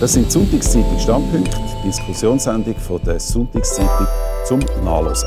Das sind die Sonntagszeitung Standpunkte, die Diskussionssendung von der Sonntagszeitung zum Nachlesen.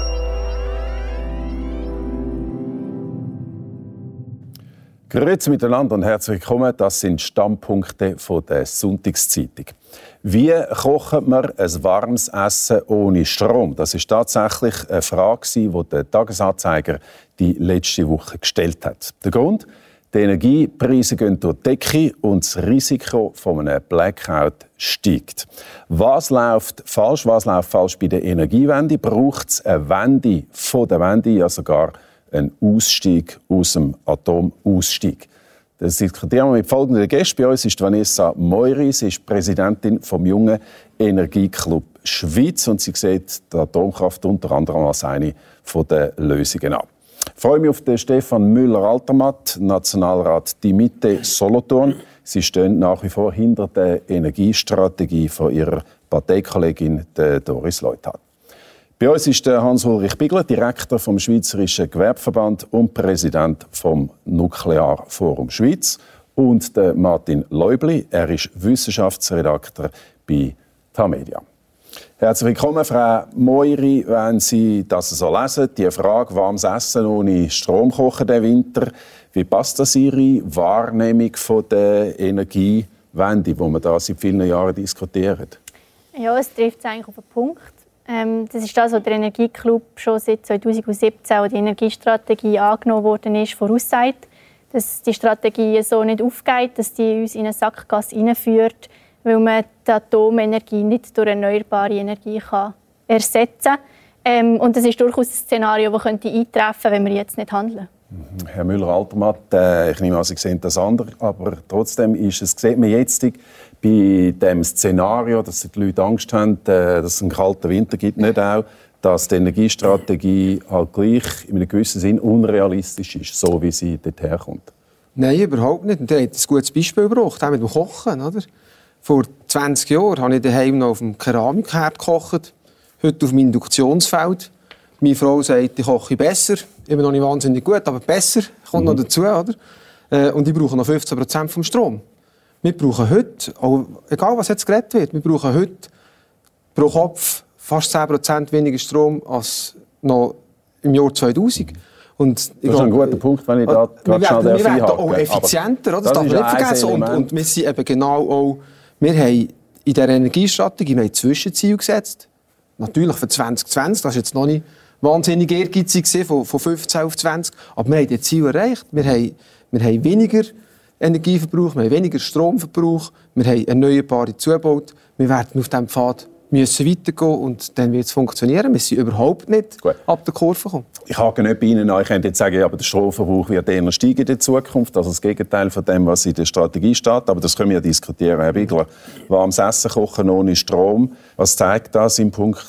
Grüezi miteinander und herzlich willkommen. Das sind Standpunkte von der Sonntagszeitung. Wie kocht man ein warmes Essen ohne Strom? Das ist tatsächlich eine Frage, die der Tagesanzeiger die letzte Woche gestellt hat. Der Grund? Die Energiepreise gehen durch die Decke und das Risiko von einem Blackout steigt. Was läuft falsch bei der Energiewende? Braucht es eine Wende von der Wende, ja sogar einen Ausstieg aus dem Atomausstieg? Das diskutieren wir mit folgenden Gästen. Bei uns ist Vanessa Meury. Sie ist Präsidentin vom Jungen Energieclub Schweiz und sie sieht die Atomkraft unter anderem als eine der Lösungen an. Ich freue mich auf den Stefan Müller-Altermatt, Nationalrat Die Mitte Solothurn. Sie stehen nach wie vor hinter der Energiestrategie von ihrer Parteikollegin Doris Leuthard. Bei uns ist Hans-Ulrich Bigler, Direktor vom Schweizerischen Gewerbeverband und Präsident vom Nuklearforum Schweiz. Und Martin Leubli, er ist Wissenschaftsredakteur bei Tamedia. Herzlich willkommen, Frau Meury, wenn Sie das so lesen, die Frage, warmes Essen ohne Strom kochen den Winter. Wie passt das Ihre Wahrnehmung von der Energiewende, die wir da seit vielen Jahren diskutieren? Ja, es trifft es eigentlich auf den Punkt. Das ist das, was der Energieclub schon seit 2017, als die Energiestrategie angenommen worden ist, voraussagt. Dass die Strategie so nicht aufgeht, dass die uns in eine Sackgasse hineinführt, weil man die Atomenergie nicht durch erneuerbare Energie ersetzen kann. Und das ist durchaus ein Szenario, das eintreffen könnte, wenn wir jetzt nicht handeln. Herr Müller-Altermatt, ich nehme an, Sie sehen das anders, aber trotzdem sieht man jetzt bei dem Szenario, dass die Leute Angst haben, dass es einen kalten Winter gibt, nicht auch, dass die Energiestrategie halt gleich in einem gewissen Sinn unrealistisch ist, so wie sie dorthin kommt. Nein, überhaupt nicht. Und er hat ein gutes Beispiel gebracht, auch mit dem Kochen. Oder? Vor 20 Jahren habe ich daheim noch auf dem Keramikherd gekocht, heute auf dem Induktionsfeld. Meine Frau sagt, ich koche besser, immer noch nicht wahnsinnig gut, aber besser, kommt noch dazu. Oder? Und ich brauche noch 15% vom Strom. Wir brauchen heute, auch, egal was jetzt geredet wird, wir brauchen heute pro Kopf fast 10% weniger Strom als noch im Jahr 2000. Und das ist ein guter Punkt, wenn ich da gerade schnell einhaken. Wir werden auch effizienter, das darf man nicht vergessen. Und wir sind eben genau auch, wir haben in der Energiestrategie ein Zwischenziel gesetzt. Natürlich für 2020, das war jetzt noch nicht wahnsinnig ehrgeizig von 15 auf 20. Aber wir haben das Ziel erreicht. Wir haben weniger Energieverbrauch, wir haben weniger Stromverbrauch, wir haben Erneuerbare zugebaut. Wir werden auf diesem Pfad weitergehen und dann wird es funktionieren. Wir sind überhaupt nicht ab der Kurve gekommen. Ich hake nicht bei Ihnen an. Ich könnte jetzt sagen, ja, aber der Stromverbrauch wird eher steigen in der Zukunft. Also das Gegenteil von dem, was in der Strategie steht. Aber das können wir ja diskutieren, Herr Bigler. Warmes Essen kochen ohne Strom. Was zeigt das im Punkt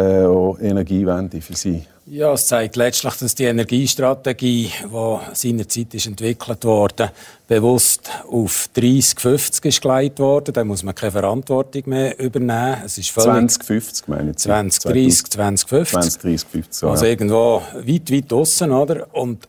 Energiewende für Sie? Ja, es zeigt letztlich, dass die Energiestrategie, die seinerzeit entwickelt wurde, bewusst auf 30-50 ist geleitet worden. Da muss man keine Verantwortung mehr übernehmen. Es ist 2050, meine ich. 2030, 2050. 2030, also irgendwo weit draussen, oder? Und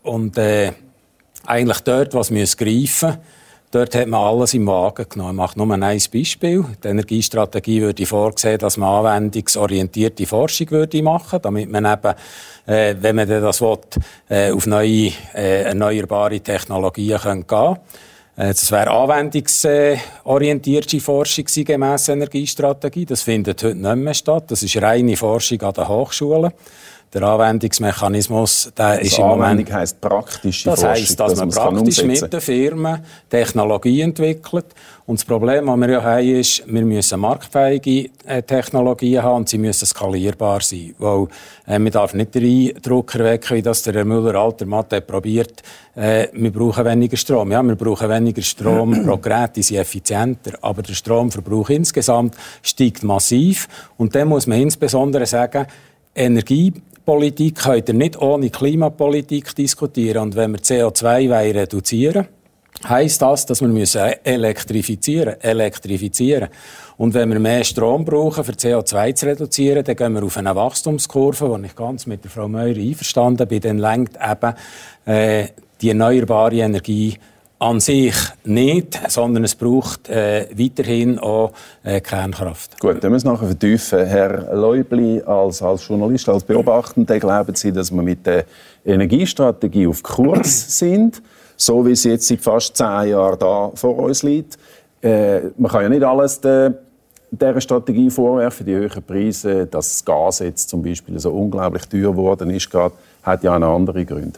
eigentlich dort, was wir greifen, dort hat man alles im Wagen genommen. Ich mache nur ein Beispiel. Die Energiestrategie würde vorsehen, dass man anwendungsorientierte Forschung machen würde, damit man eben, wenn man das will, auf neue erneuerbare Technologien gehen kann. Das wäre anwendungsorientierte Forschung gemäss Energiestrategie. Das findet heute nicht mehr statt. Das ist reine Forschung an den Hochschulen. Der Anwendungsmechanismus, der ist im Moment... Anwendung heisst praktische Forschung. Das heisst, dass man praktisch mit den Firmen Technologie entwickelt. Und das Problem, das wir ja haben, ist, wir müssen marktfähige Technologien haben und sie müssen skalierbar sein. Weil man darf nicht den Eindruck erwecken, wie das der Herr Müller-Altermatt probiert, wir brauchen weniger Strom. Ja, wir brauchen weniger Strom pro Gerät, die sind effizienter. Aber der Stromverbrauch insgesamt steigt massiv. Und dann muss man insbesondere sagen, Energiepolitik könnt ihr nicht ohne Klimapolitik diskutieren. Und wenn wir CO2 reduzieren wollen, heisst das, dass wir elektrifizieren müssen. Und wenn wir mehr Strom brauchen, um CO2 zu reduzieren, dann gehen wir auf eine Wachstumskurve, wo ich ganz mit der Frau Meury einverstanden bin. Dann lenkt eben die erneuerbare Energie an sich nicht, sondern es braucht weiterhin auch Kernkraft. Gut, dann müssen wir nachher vertiefen. Herr Leubli, als Journalist, als Beobachtender, glauben Sie, dass wir mit der Energiestrategie auf Kurs sind, so wie sie jetzt seit fast 10 Jahren da vor uns liegt? Man kann ja nicht alles dieser Strategie vorwerfen, die hohen Preise, dass das Gas jetzt zum Beispiel so unglaublich teuer geworden ist, hat ja auch andere Gründe.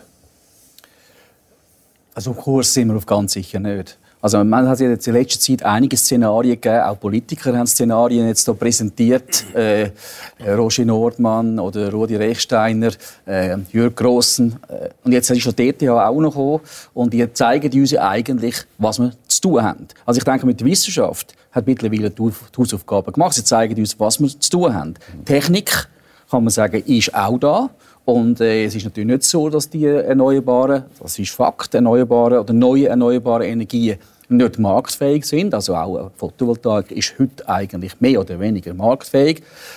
Also auf Kurs sind wir auf ganz sicher nicht. Also man hat ja jetzt in letzter Zeit einige Szenarien gegeben, auch Politiker haben Szenarien jetzt hier präsentiert, Roger Nordmann oder Rudi Rechsteiner, Jürg Grossen und jetzt ist die ETH auch noch gekommen und die zeigen uns ja eigentlich, was wir zu tun haben. Also ich denke, mit der Wissenschaft hat mittlerweile die Hausaufgaben gemacht. Sie zeigen uns, was wir zu tun haben. Technik, kann man sagen, ist auch da. Und es ist natürlich nicht so, dass die erneuerbaren, das ist Fakt, erneuerbaren oder neue erneuerbare Energien nicht marktfähig sind. Also auch Photovoltaik ist heute eigentlich mehr oder weniger marktfähig.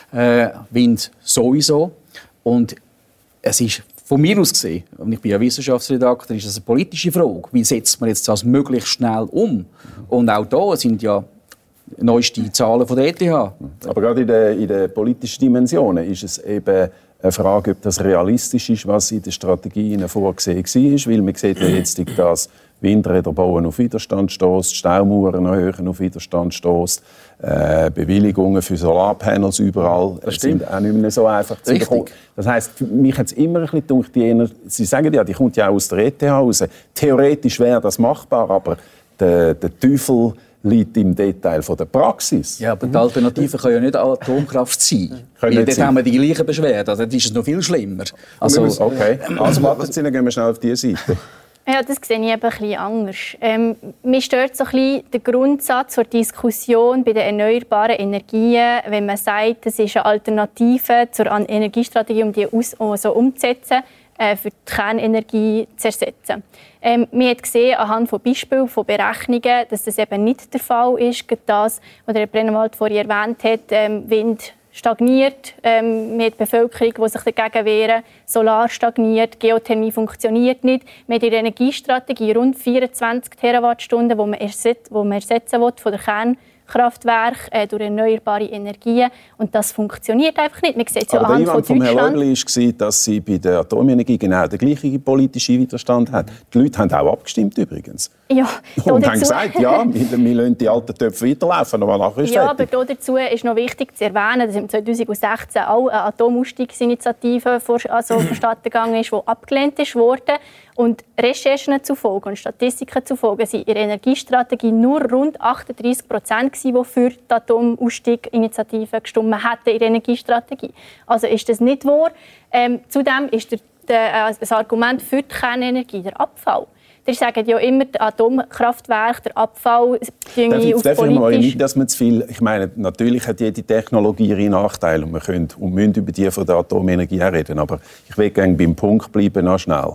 Wind sowieso. Und es ist von mir aus gesehen, und ich bin ja Wissenschaftsredakteur, ist das eine politische Frage. Wie setzt man jetzt das möglichst schnell um? Und auch da sind ja neueste Zahlen von der ETH. Aber gerade in den politischen Dimensionen ist es eben eine Frage, ob das realistisch ist, was in der Strategie vorgesehen war. Weil man sieht ja jetzt, dass Windräder bauen auf Widerstand stößt, Staumauern erhöhen auf Widerstand stößt, Bewilligungen für Solarpanels überall sind auch nicht mehr so einfach zu bekommen. Das heisst, mich hat es immer ein bisschen gedacht, Sie sagen ja, die kommt ja auch aus der ETH raus. Theoretisch wäre das machbar, aber der Teufel liegt im Detail von der Praxis. Ja, aber die Alternative kann ja nicht Atomkraft sein. Dort haben wir die gleichen Beschwerden. Also, dort ist es noch viel schlimmer. Also, okay. Also warten Sie, dann gehen wir schnell auf diese Seite. Ja, das sehe ich eben ein bisschen anders. Mir stört so ein bisschen der Grundsatz der Diskussion bei den erneuerbaren Energien, wenn man sagt, das ist eine Alternative zur Energiestrategie, um die so umzusetzen, für die Kernenergie zu ersetzen. Wir haben gesehen, anhand von Beispielen, von Berechnungen, dass das eben nicht der Fall ist. Gerade das, was Herr Brennewald vorhin erwähnt hat, Wind stagniert, wir haben die Bevölkerung, die sich dagegen wehren, Solar stagniert, Geothermie funktioniert nicht. Wir haben in der Energiestrategie rund 24 Terawattstunden, die man ersetzen will von der Kernkraftwerke durch erneuerbare Energien. Und das funktioniert einfach nicht. Man sieht es ja anhand von Deutschland. Herrn Leubli war, dass sie bei der Atomenergie genau den gleichen politischen Widerstand hat. Die Leute haben auch abgestimmt übrigens. Ja, und haben gesagt, ja, wir lassen die alten Töpfe weiterlaufen, aber nachher ist ja, aber dazu ist noch wichtig zu erwähnen, dass im 2016 auch eine Atomausstiegsinitiative vonstatten gegangen ist, die abgelehnt wurde. Und Recherchen zufolge und Statistiken zufolge sind in der Energiestrategie nur rund 38%, die für die Atomausstiegsinitiative gestimmt hätten in der Energiestrategie. Also ist das nicht wahr. Zudem ist das Argument für die Kernenergie der Abfall. Die sagen ja immer, das Atomkraftwerk, der Abfall, auf politisch. Nicht, dass man zu viel. Ich meine, natürlich hat jede Technologie ihre Nachteile und wir können und müssen über die von der Atomenergie reden. Aber ich will gerne beim Punkt bleiben, noch schnell.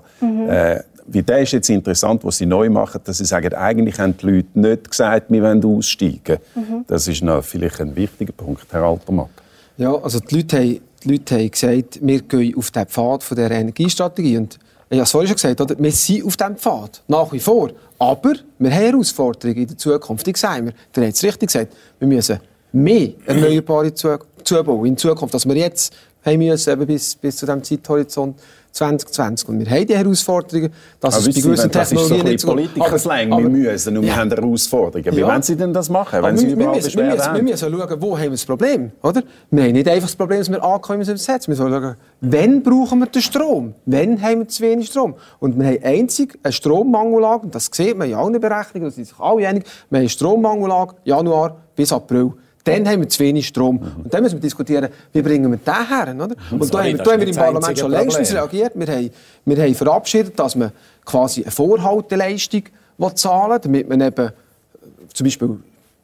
Wie der ist jetzt interessant, was sie neu machen, dass sie sagen, eigentlich haben die Leute nicht gesagt, wir wollen aussteigen. Das ist noch vielleicht ein wichtiger Punkt, Herr Altermatt. Ja, also die Leute haben gesagt, wir gehen auf den Pfad von der Energiestrategie. Und ich habe es vorhin schon gesagt, oder? Wir sind auf diesem Pfad, nach wie vor. Aber wir haben Herausforderungen in der Zukunft. Ich sage mir, ihr habt es richtig gesagt, wir müssen mehr Erneuerbare zubauen in Zukunft, als wir jetzt haben müssen, eben bis zu diesem Zeithorizont 2020. Und wir haben die Herausforderungen, dass es bei gewissen Technologien nicht so... Politikerslang, wir müssen und wir haben Herausforderungen. Wie wollen Sie denn das machen, wenn Sie überall Beschwerden haben? Wir müssen schauen, wo haben wir das Problem, oder? Wir haben nicht einfach das Problem, dass wir ankommen übersetzen. Wir müssen schauen, wann brauchen wir den Strom? Wann haben wir zu wenig Strom? Und wir haben einzig eine Strommangellage, und das sieht man in allen Berechnungen, da sind sich alle einig, wir haben eine Strommangellage Januar bis April. Dann haben wir zu wenig Strom. Und dann müssen wir diskutieren, wie bringen wir den her? Oder? Und da haben wir im Parlament schon längstens reagiert. Wir haben verabschiedet, dass man quasi eine Vorhalteleistung zahlen will, damit man eben zum Beispiel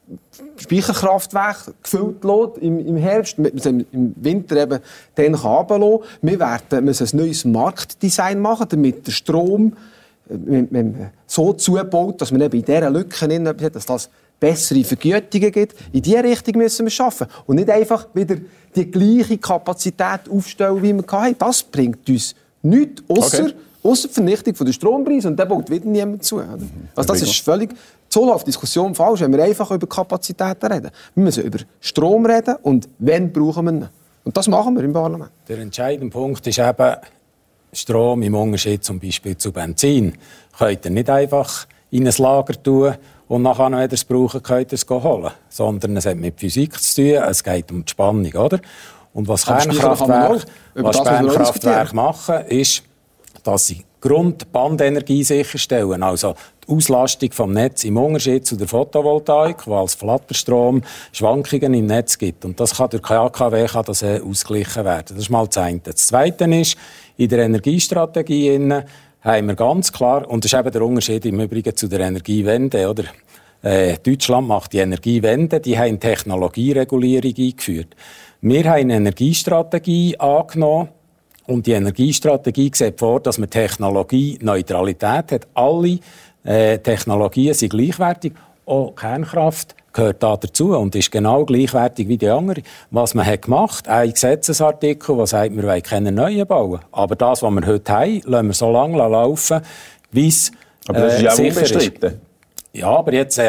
Speicherkraftwerke gefüllt lässt im Herbst, damit man es im Winter eben dann runterlassen kann. Wir müssen ein neues Marktdesign machen, damit der Strom so zubaut, dass man eben in dieser Lücke, dass das bessere Vergütungen gibt. In diese Richtung müssen wir arbeiten. Und nicht einfach wieder die gleiche Kapazität aufstellen, wie wir hatten. Das bringt uns nichts, ausser Ausser die Vernichtung der Strompreise und dann baut wieder niemand zu. Oder? Also das ist völlig Zollauf-Diskussion falsch, wenn wir einfach über Kapazitäten reden. Wir müssen über Strom reden und wann brauchen wir ihn. Und das machen wir im Parlament. Der entscheidende Punkt ist eben, Strom im Unterschied zum Beispiel zu Benzin könnt ihr nicht einfach in ein Lager tun und nachher, wenn ihr es brauchen, könnt ihr es holen. Sondern es hat mit Physik zu tun, es geht um die Spannung. Oder? Und was Kernkraftwerke machen, ist, dass sie Grundbandenergie sicherstellen. Also die Auslastung des Netzes im Unterschied zu der Photovoltaik, wo als Flatterstrom Schwankungen im Netz gibt. Und das kann durch AKW ausgeglichen werden. Das ist mal das eine. Das Zweite ist, in der Energiestrategie haben wir ganz klar, und das ist eben der Unterschied im Übrigen zu der Energiewende, oder? Deutschland macht die Energiewende, die haben Technologieregulierung eingeführt. Wir haben eine Energiestrategie angenommen, und die Energiestrategie sieht vor, dass man Technologieneutralität hat. Alle Technologien sind gleichwertig. Auch Kernkraft gehört da dazu und ist genau gleichwertig wie die anderen. Was man hat gemacht, ein Gesetzesartikel, der sagt, wir wollen keine neuen bauen. Aber das, was wir heute haben, lassen wir so lange laufen, wie es aber das ist ja auch unbestritten. Ist. Ja, aber jetzt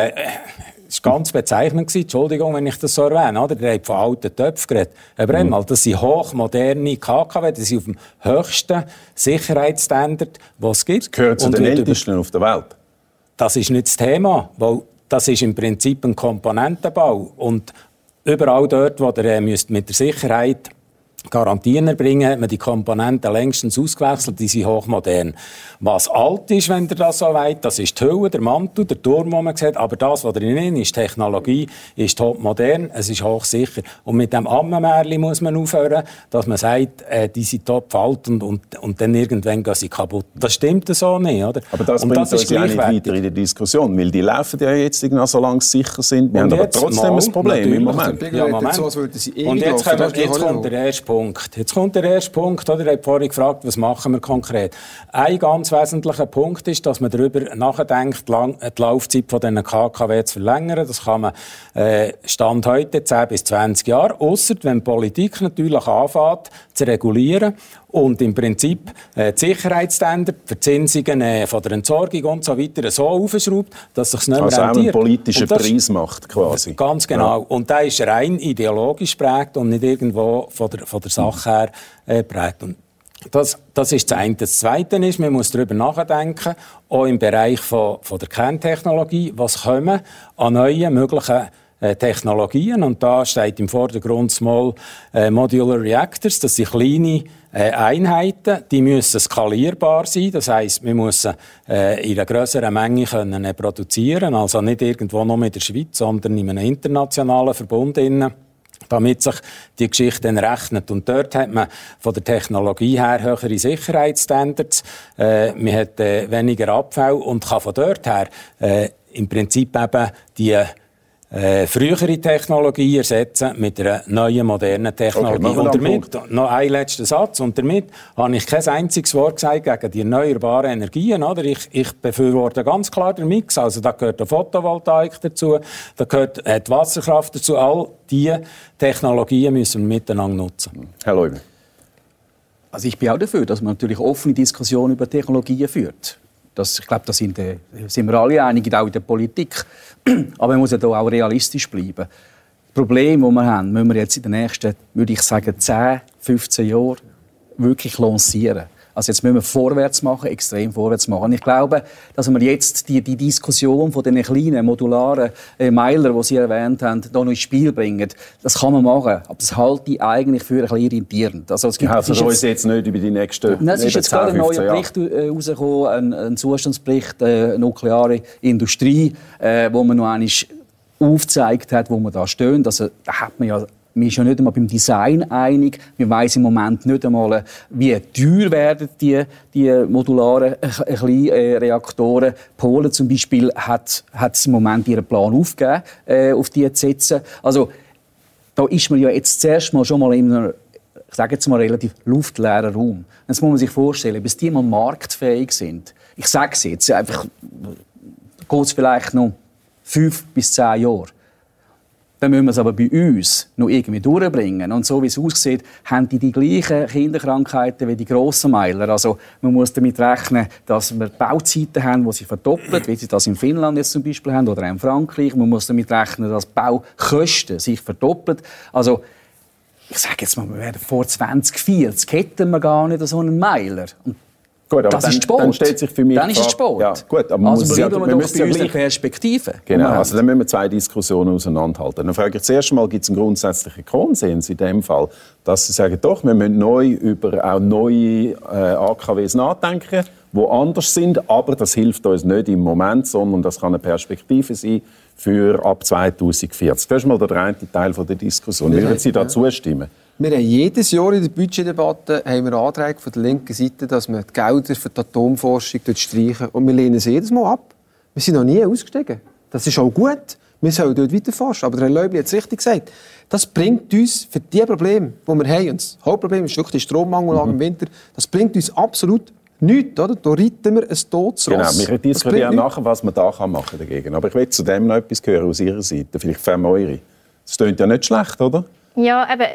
es war ganz bezeichnend. Entschuldigung, wenn ich das so erwähne. Oder? Der hat von alten Töpfen geredet. Herr Brennmal, das sind hochmoderne KKW, die sind auf dem höchsten Sicherheitsstandard, den es gibt. Das gehört zu den ältesten auf der Welt. Das ist nicht das Thema, weil das ist im Prinzip ein Komponentenbau. Und überall dort, wo ihr mit der Sicherheit Garantien erbringen, hat man die Komponenten längstens ausgewechselt, die sind hochmodern. Was alt ist, wenn ihr das so wollt, das ist die Hülle, der Mantel, der Turm, den man sieht, aber das, was drin ist, Technologie, ist topmodern, es ist hochsicher. Und mit dem Ammenmärchen muss man aufhören, dass man sagt, die sind top alt und dann irgendwann gehen sie kaputt. Das stimmt so nicht, oder? Aber das bringt uns ja nicht weiter in der Diskussion, weil die laufen ja jetzt noch, solange sie sicher sind. Wir haben aber trotzdem ein Problem im Moment. Ja, Moment. Und jetzt kommt der erste Punkt. Jetzt kommt der erste Punkt. Oder? Ich habe vorhin gefragt, was machen wir konkret. Ein ganz wesentlicher Punkt ist, dass man darüber nachdenkt, die Laufzeit von diesen KKW zu verlängern. Das kann man Stand heute 10 bis 20 Jahre. Ausser wenn die Politik natürlich anfängt zu regulieren und im Prinzip die Sicherheitsstandards, die Verzinsungen von der Entsorgung und so weiter so aufschraubt, dass es sich nicht mehr rentiert. Also auch einen politischen Preis macht quasi. Ganz genau. Ja. Und der ist rein ideologisch geprägt und nicht irgendwo von der Sache her geprägt. Und das ist das eine. Das Zweite ist, man muss darüber nachdenken, auch im Bereich von der Kerntechnologie, was kommen an neuen möglichen Technologien. Und da steht im Vordergrund Small Modular Reactors. Das sind kleine Einheiten, die müssen skalierbar sein. Das heisst, wir müssen in einer grösseren Menge können produzieren, also nicht irgendwo nur in der Schweiz, sondern in einem internationalen Verbund, damit sich die Geschichte dann rechnet. Und dort hat man von der Technologie her höhere Sicherheitsstandards, man hat weniger Abfall und kann von dort her im Prinzip eben die frühere Technologie ersetzen mit einer neuen, modernen Technologie. Okay, und damit, noch ein letzter Satz, und damit habe ich kein einziges Wort gesagt gegen die erneuerbaren Energien. Oder? Ich befürworte ganz klar den Mix. Also da gehört die Photovoltaik dazu, da gehört die Wasserkraft dazu. All diese Technologien müssen wir miteinander nutzen. Herr Leuwe. Also ich bin auch dafür, dass man natürlich offene Diskussionen über Technologien führt. Ich glaube, da sind wir alle einig, auch in der Politik. Aber man muss ja da auch realistisch bleiben. Das Problem, das wir haben, müssen wir jetzt in den nächsten, würde ich sagen, 10, 15 Jahren wirklich lancieren. Also jetzt müssen wir vorwärts machen, extrem vorwärts machen. Und ich glaube, dass wir jetzt die Diskussion von den kleinen modularen Meiler, die Sie erwähnt haben, da noch ins Spiel bringen. Das kann man machen, aber das halte ich eigentlich für ein bisschen irritierend. Also es gibt uns jetzt nicht über die nächsten Es ist jetzt gerade ein neuer Bericht herausgekommen, ein Zustandsbericht nukleare Industrie, wo man noch einmal aufgezeigt hat, wo wir da stehen. Also da hat man ja man ist ja nicht einmal beim Design einig. Man weiss im Moment nicht einmal, wie teuer werden die modularen Reaktoren. Polen zum Beispiel hat im Moment ihren Plan aufgegeben, auf die zu setzen. Also da ist man ja jetzt zuerst mal schon mal in einem, ich sage jetzt mal, relativ luftleeren Raum. Jetzt muss man sich vorstellen, bis die mal marktfähig sind. Ich sage es jetzt einfach, geht es vielleicht noch 5 bis 10 Jahre. Dann müssen wir es aber bei uns noch irgendwie durchbringen. Und so wie es aussieht, haben die gleichen Kinderkrankheiten wie die grossen Meiler. Also man muss damit rechnen, dass wir Bauzeiten haben, die sich verdoppeln, wie sie das in Finnland jetzt zum Beispiel haben oder auch in Frankreich. Man muss damit rechnen, dass Baukosten sich verdoppeln. Also ich sage jetzt mal, wir werden vor 2040 hätten wir gar nicht so einen Meiler. Und gut, aber das ist Sport. Dann stellt sich für mich dann ist es Sport. Ja, gut, aber also bleiben wir doch bei unserer gleich Perspektive. Genau, also dann müssen wir zwei Diskussionen auseinanderhalten. Dann frage ich zuerst mal, gibt es einen grundsätzlichen Konsens in dem Fall, dass Sie sagen, doch, wir müssen neu über auch neue AKWs nachdenken, die anders sind, aber das hilft uns nicht im Moment, sondern das kann eine Perspektive sein für ab 2040. Das ist mal der eine Teil der Diskussion. Würden Sie da zustimmen? Wir haben jedes Jahr in der Budgetdebatte Anträge von der linken Seite, dass wir die Gelder für die Atomforschung streichen. Und wir lehnen es jedes Mal ab. Wir sind noch nie ausgestiegen. Das ist auch gut. Wir sollen dort weiter forschen. Aber Herr Leubli hat es richtig gesagt. Das bringt uns für die Probleme, die wir haben, und das Hauptproblem ist wirklich die Strommangellage im Winter, das bringt uns absolut nichts. Oder? Da reiten wir ein totes Ross. Genau, wir diskutieren nachher, was man da machen dagegen. Aber ich will zu dem noch etwas hören aus Ihrer Seite. Vielleicht von eure. Das klingt ja nicht schlecht, oder? Ja, eben.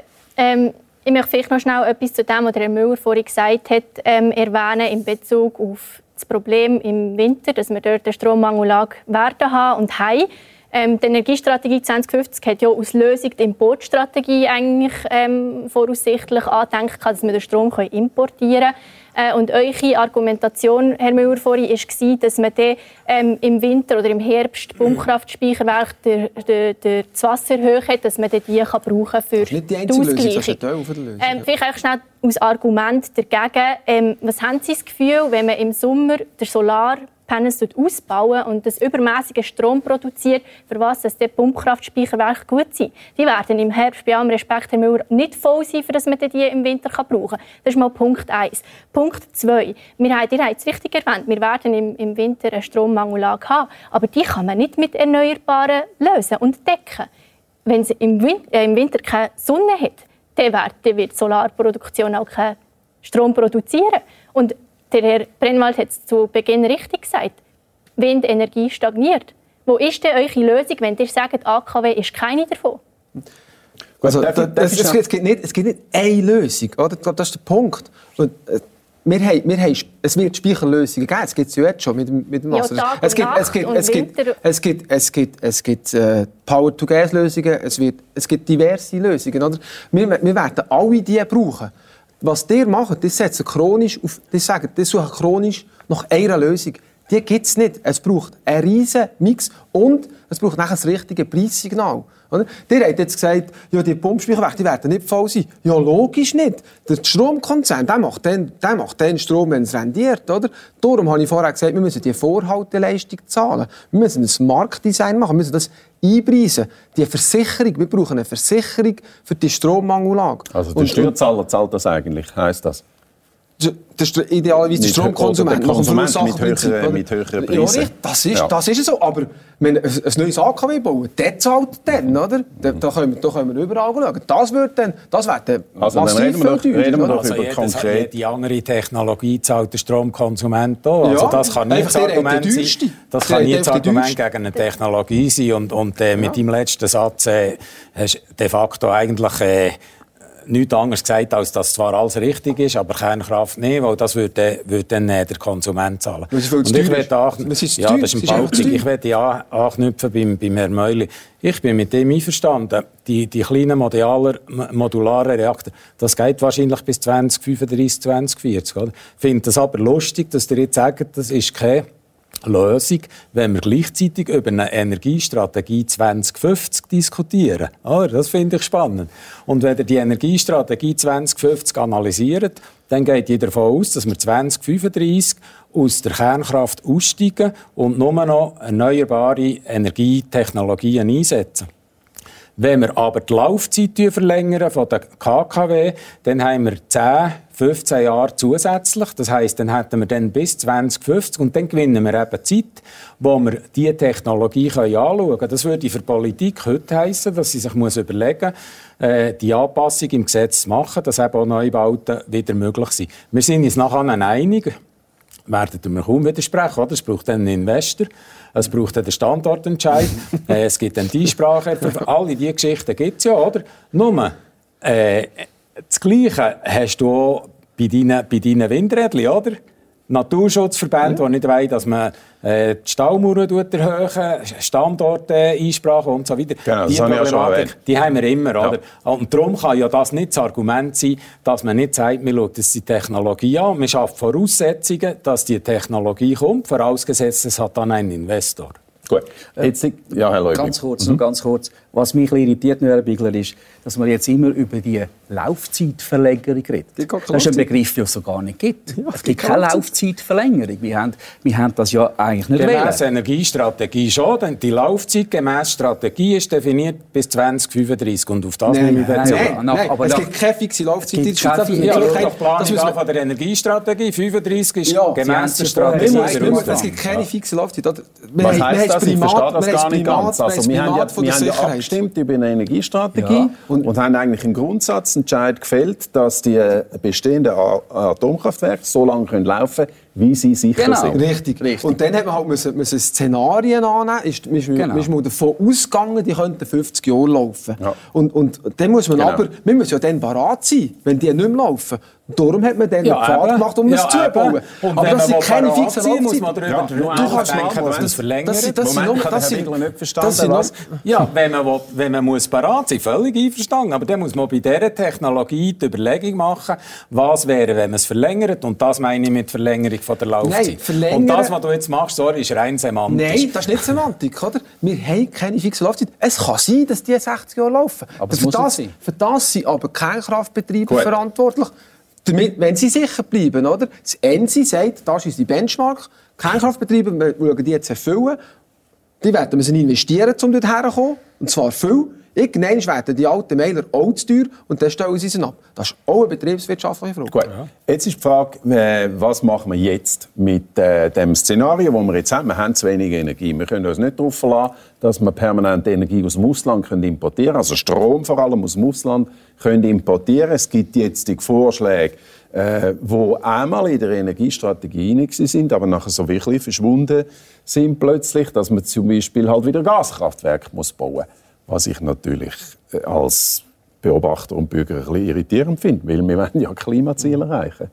Ich möchte vielleicht noch schnell etwas zu dem, was Herr Müller vorhin gesagt hat, erwähnen in Bezug auf das Problem im Winter, dass wir dort eine Strommangellage werden haben und haben. Die Energiestrategie 2050 hat ja als Lösung die Importstrategie eigentlich voraussichtlich angedenkt, dass wir den Strom importieren können. Und eure Argumentation, Herr Müller, vorhin war, dass man dann, im Winter oder im Herbst Pumpkraftspeicherwerke das Wasser hoch hat, dass man die brauchen kann für die Ausgleichung. Das ist ein Teil der Lösung. Vielleicht schnell als Argument dagegen. Was haben Sie das Gefühl, wenn man im Sommer den Solarpanels ausbauen und das übermäßige Strom produziert, für was die Pumpkraftspeicherwerke gut sind? Die werden im Herbst, bei allem Respekt, Herr Müller, nicht voll sein, für dass man die im Winter brauchen kann. Das ist mal Punkt 1. Punkt 2. Ihr habt es richtig erwähnt, wir werden im Winter eine Strommangellage haben, aber die kann man nicht mit Erneuerbaren lösen und decken. Wenn es im Winter keine Sonne hat, dann wird die Solarproduktion auch keinen Strom produzieren. Und der Herr Brennwald hat es zu Beginn richtig gesagt. Windenergie stagniert. Wo ist denn eure Lösung, wenn ihr sagt, AKW ist keine davon? Also, es gibt nicht eine Lösung. Oder? Das ist der Punkt. Und, es wird Speicherlösungen geben. Es gibt es ja jetzt schon mit dem Wasser. Ja, es gibt Power-to-Gas-Lösungen. Es gibt diverse Lösungen. Oder? Wir werden alle die brauchen. Was ihr macht, das setzt chronisch auf, das sucht chronisch nach einer Lösung. Die gibt es nicht. Es braucht einen riesen Mix und es braucht nachher das richtige Preissignal. Oder? Ihr habt jetzt gesagt, ja, die Pumpspeicherwerke, die werden nicht voll sein. Ja, logisch nicht. Der Stromkonzern, der macht den Strom, wenn es rendiert. Oder? Darum habe ich vorher gesagt, wir müssen die Vorhalteleistung zahlen. Wir müssen ein Marktdesign machen, wir müssen das einpreisen. Die Versicherung, wir brauchen eine Versicherung für die Strommangellage. Also der Steuerzahler zahlt das eigentlich, heisst das? Idealerweise der Stromkonsument nach dem mit höheren Preisen. Ja, das ist so. Aber wenn ein neues AKW bauen, der zahlt dann, oder? Da können wir überall schauen. Das wäre dann massiv viel teurer. Also jede andere Technologie zahlt der Stromkonsument auch. Also das kann nie das Argument sein. Das kann nie das Argument gegen eine Technologie sein. Und mit deinem letzten Satz hast du de facto eigentlich nichts anderes gesagt, als dass zwar alles richtig ist, aber Kernkraft nicht, weil das würde dann der Konsument zahlen. Und ich möchte anknüpfen beim Herrn Meuli. Ich bin mit dem einverstanden. Die kleinen modularen Reaktoren, das geht wahrscheinlich bis 2035, 2040. Ich finde das aber lustig, dass ihr jetzt sagt, das ist keine Lösung, wenn wir gleichzeitig über eine Energiestrategie 2050 diskutieren. Das finde ich spannend. Und wenn ihr die Energiestrategie 2050 analysiert, dann geht ihr davon aus, dass wir 2035 aus der Kernkraft aussteigen und nur noch erneuerbare Energietechnologien einsetzen. Wenn wir aber die Laufzeit verlängern von der KKW, dann haben wir 10, 15 Jahre zusätzlich. Das heisst, dann hätten wir dann bis 2050 und dann gewinnen wir eben Zeit, wo wir diese Technologie anschauen können. Das würde für die Politik heute heissen, dass sie sich überlegen muss, die Anpassung im Gesetz zu machen, dass eben auch Neubauten wieder möglich sind. Wir sind uns nachher einig, werden wir kaum widersprechen, oder? Es braucht dann einen Investor. Es braucht den Standortentscheid, es gibt eine Einsprache, alle diese Geschichten gibt es ja, oder? Nur, das Gleiche hast du auch bei deinen Windrädern, oder? Naturschutzverbände, die nicht wollen, dass man die Staumauern erhöhen, Standorte, Einsprachen und so weiter. Genau, die Problematik, die haben wir immer. Ja. Oder? Und darum kann ja das nicht das Argument sein, dass man nicht sagt, wir schauen die Technologie an. Man schafft Voraussetzungen, dass die Technologie kommt, vorausgesetzt, es hat dann einen Investor. Gut. Jetzt, ja, Herr Leubig. Ganz kurz. Was mich ein bisschen irritiert, Herr Bigler, ist, dass man jetzt immer über die Laufzeitverlängerung redet. Das ist ein Begriff, den es so gar nicht gibt. Ja, es gibt keine Laufzeitverlängerung. Wir haben das ja eigentlich nicht gemäss Energiestrategie schon, denn die Laufzeit gemäss Strategie ist definiert bis 2035 und auf das nehmen wir Bezug. Aber es gibt keine fixe Laufzeit. Die Planung von der Energiestrategie 35 ist gemäss der Strategie. Es gibt keine fixe Laufzeit. Was heisst das? Ich verstehe das gar nicht ganz. Also, wir haben ja abgestimmt über eine Energiestrategie und haben eigentlich einen Grundsatzentscheid gefällt, dass die bestehenden Atomkraftwerke so lange laufen können, wie sie sicher sind. Richtig. Und dann hat man halt müssen Szenarien annehmen. Man ist davon ausgegangen, die könnten 50 Jahre laufen. Ja. Und dann muss man wir müssen ja dann parat sein, wenn die nicht mehr laufen. Darum hat man dann einen Pfad gemacht, um es zu bauen. Aber das sind keine fixen Laufzeiten. Muss man darüber nachdenken, dass man es verlängert. Das sind nicht verstanden. Ja, wenn man muss parat sein, völlig einverstanden. Aber dann muss man bei dieser Technologie die Überlegung machen, was wäre, wenn man es verlängert. Und das meine ich mit Verlängerung von der Laufzeit. Nein, und das, was du jetzt machst, ist rein semantisch. Nein, das ist nicht Semantik, oder? Wir haben keine fixe Laufzeit. Es kann sein, dass die 60 Jahre laufen. Aber für das sind aber Kernkraftbetriebe verantwortlich. Damit, wenn sie sicher bleiben, oder? Das ENSI sagt, das ist die Benchmark. Kernkraftbetriebe, wir schauen die jetzt erfüllen. Die werden wir investieren, um dort herzukommen. Und zwar viel. Irgendwann werden die alten Mailer auch zu teuer und dann stellen sie sie ab. Das ist auch eine betriebswirtschaftliche Frage. Gut. Jetzt ist die Frage, was machen wir jetzt mit dem Szenario, das wir jetzt haben? Wir haben zu wenig Energie. Wir können uns nicht darauf verlassen, dass wir permanent Energie aus dem Ausland importieren können. Also Strom vor allem aus dem Ausland können importieren. Es gibt jetzt die Vorschläge, die einmal in der Energiestrategie rein sind, aber nachher so wirklich verschwunden sind plötzlich, dass man zum Beispiel halt wieder Gaskraftwerke bauen muss. Was ich natürlich als Beobachter und Bürger ein bisschen irritierend finde, weil wir wollen ja Klimaziele erreichen.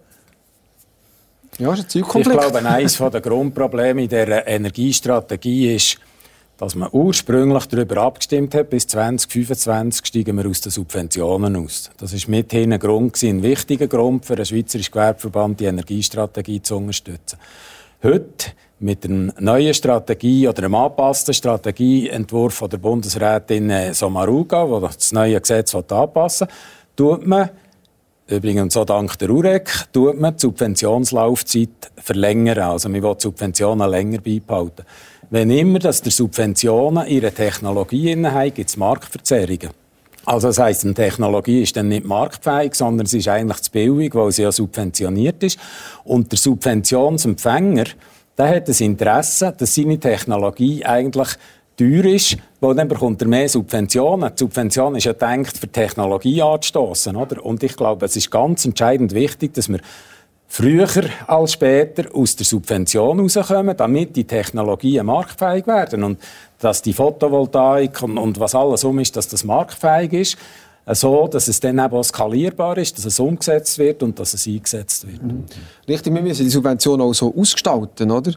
Ja, ist ein Zielkonflikt. Ich glaube, eines der Grundprobleme in dieser Energiestrategie ist, dass man ursprünglich darüber abgestimmt hat, bis 2025 steigen wir aus den Subventionen aus. Das war mithin ein wichtiger Grund für den Schweizerischen Gewerbeverband, die Energiestrategie zu unterstützen. Heute, mit einer neuen Strategie oder einem angepassten Strategieentwurf von der Bundesrätin Sommaruga, die das neue Gesetz anpassen will, tut man, übrigens auch dank der UREC, die Subventionslaufzeit verlängern. Also man will die Subventionen länger beibehalten. Wenn immer dass der Subventionen ihre Technologie haben, gibt es Marktverzerrungen. Also das heisst, eine Technologie ist dann nicht marktfähig, sondern sie ist eigentlich zu billig, weil sie ja subventioniert ist. Und der Subventionsempfänger, der hat das Interesse, dass seine Technologie eigentlich teuer ist, weil dann bekommt er mehr Subventionen. Die Subvention ist ja gedacht, für Technologie anzustossen, oder? Und ich glaube, es ist ganz entscheidend wichtig, dass wir früher als später aus der Subvention rauskommen, damit die Technologien marktfähig werden und dass die Photovoltaik und was alles ist, dass das marktfähig ist, so dass es dann eben auch skalierbar ist, dass es umgesetzt wird und dass es eingesetzt wird. Richtig, wir müssen die Subventionen auch so ausgestalten, oder?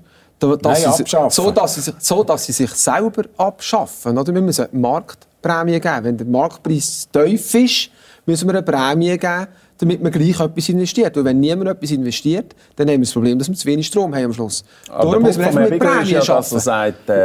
Dass sie sich selber abschaffen. Oder? Wir müssen Marktprämie geben. Wenn der Marktpreis tief ist, müssen wir eine Prämie geben, damit man gleich etwas investiert. Weil wenn niemand etwas investiert, dann haben wir das Problem, dass wir zu wenig Strom haben am Schluss. Darum müssen wir mit Prämien schaffen. Dass er sagt,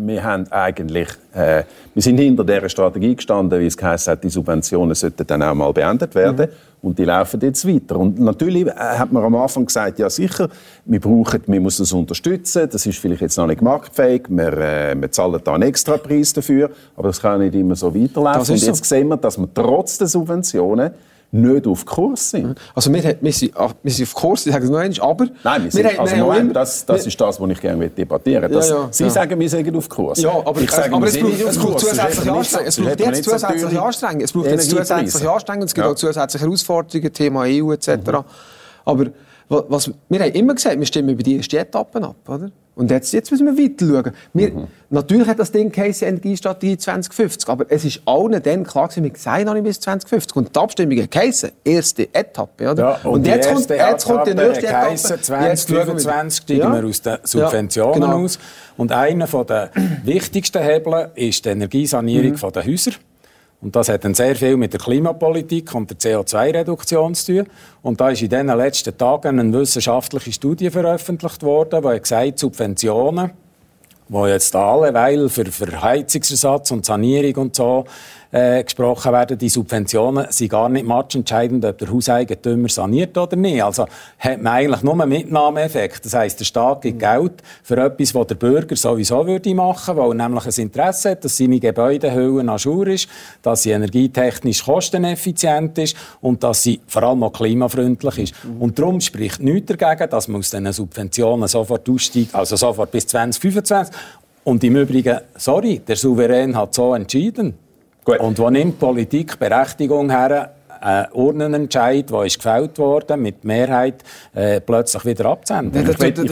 wir sind hinter dieser Strategie gestanden, wie es geheißen hat, die Subventionen sollten dann auch mal beendet werden. Und die laufen jetzt weiter. Und natürlich hat man am Anfang gesagt, ja sicher, wir müssen das unterstützen, das ist vielleicht jetzt noch nicht marktfähig, wir zahlen da einen Extrapreis dafür, aber das kann nicht immer so weiterlaufen. Und jetzt sehen wir, dass wir trotz der Subventionen nicht auf Kurs sind. Also wir sind auf Kurs, ich sage es noch einmal, aber... Nein, das ist das, was ich gerne debattieren möchte. Sie sagen, wir sind auf Kurs. Ja, aber es braucht zusätzliche Anstrengungen. Es braucht jetzt zusätzliche Anstrengungen. Es gibt auch zusätzliche Herausforderungen, Thema EU etc. Aber wir haben immer gesagt, wir stimmen über die erste Etappe ab, oder? Und jetzt müssen wir weiter schauen. Natürlich hat das Ding geheißen Energiestrategie 2050, aber es ist allen dann klar gewesen, wir sehen noch nicht bis 2050. Und die Abstimmung hat geheißen, erste Etappe. Oder? Ja, und jetzt kommt die nächste Etappe. 2025 steigen wir aus den Subventionen aus. Und einer der wichtigsten Hebel ist die Energiesanierung der Häuser. Und das hat dann sehr viel mit der Klimapolitik und der CO2-Reduktion zu tun. Und da ist in den letzten Tagen eine wissenschaftliche Studie veröffentlicht worden, die gesagt, Subventionen, die jetzt alleweil für Heizungsersatz und Sanierung und so gesprochen werden, die Subventionen sind gar nicht matchentscheidend, ob der Hauseigentümer saniert oder nicht. Also hat man eigentlich nur einen Mitnahmeeffekt. Das heisst, der Staat gibt Geld für etwas, was der Bürger sowieso würde machen, weil er nämlich ein Interesse hat, dass seine Gebäudehülle à jour ist, dass sie energietechnisch kosteneffizient ist und dass sie vor allem auch klimafreundlich ist. Und darum spricht nichts dagegen, dass man aus diesen Subventionen sofort aussteigt, also sofort bis 2025. Und im Übrigen, sorry, der Souverän hat so entschieden. Gut. Und wo nimmt die Politik Berechtigung her, Urnenentscheid, der ist gefällt worden, mit Mehrheit plötzlich wieder abzuändern?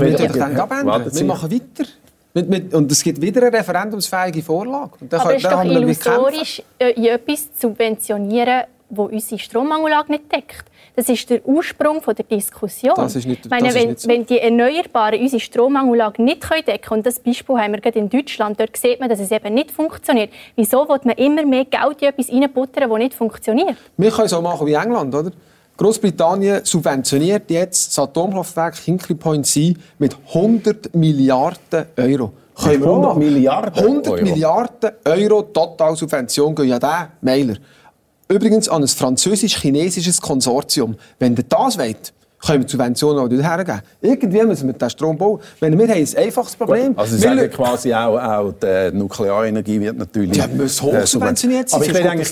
Wir machen weiter. Und es gibt wieder eine referendumsfähige Vorlage. Aber es ist doch illusorisch, etwas zu subventionieren, das unsere Strommangellage nicht deckt. Das ist der Ursprung der Diskussion. Wenn die Erneuerbaren unsere Strommangellage nicht decken können, und das Beispiel haben wir gerade in Deutschland, dort sieht man, dass es eben nicht funktioniert. Wieso will man immer mehr Geld in etwas reinbuttern, das nicht funktioniert? Wir können es auch machen wie England, oder? Großbritannien subventioniert jetzt das Atomkraftwerk Hinkley Point C mit 100 Milliarden Euro. 100 Milliarden 100 Milliarden Euro Totalsubvention gehen ja diesen Mailer. Übrigens an ein französisch-chinesisches Konsortium. Wenn ihr das wollt, können wir Subventionen auch dort hergeben. Irgendwie müssen wir den Strom bauen. Wir haben ein einfaches Problem. Also Sie sagen quasi auch die Nuklearenergie wird natürlich... Ja, muss hoch subventioniert sein. Aber ich würde eigentlich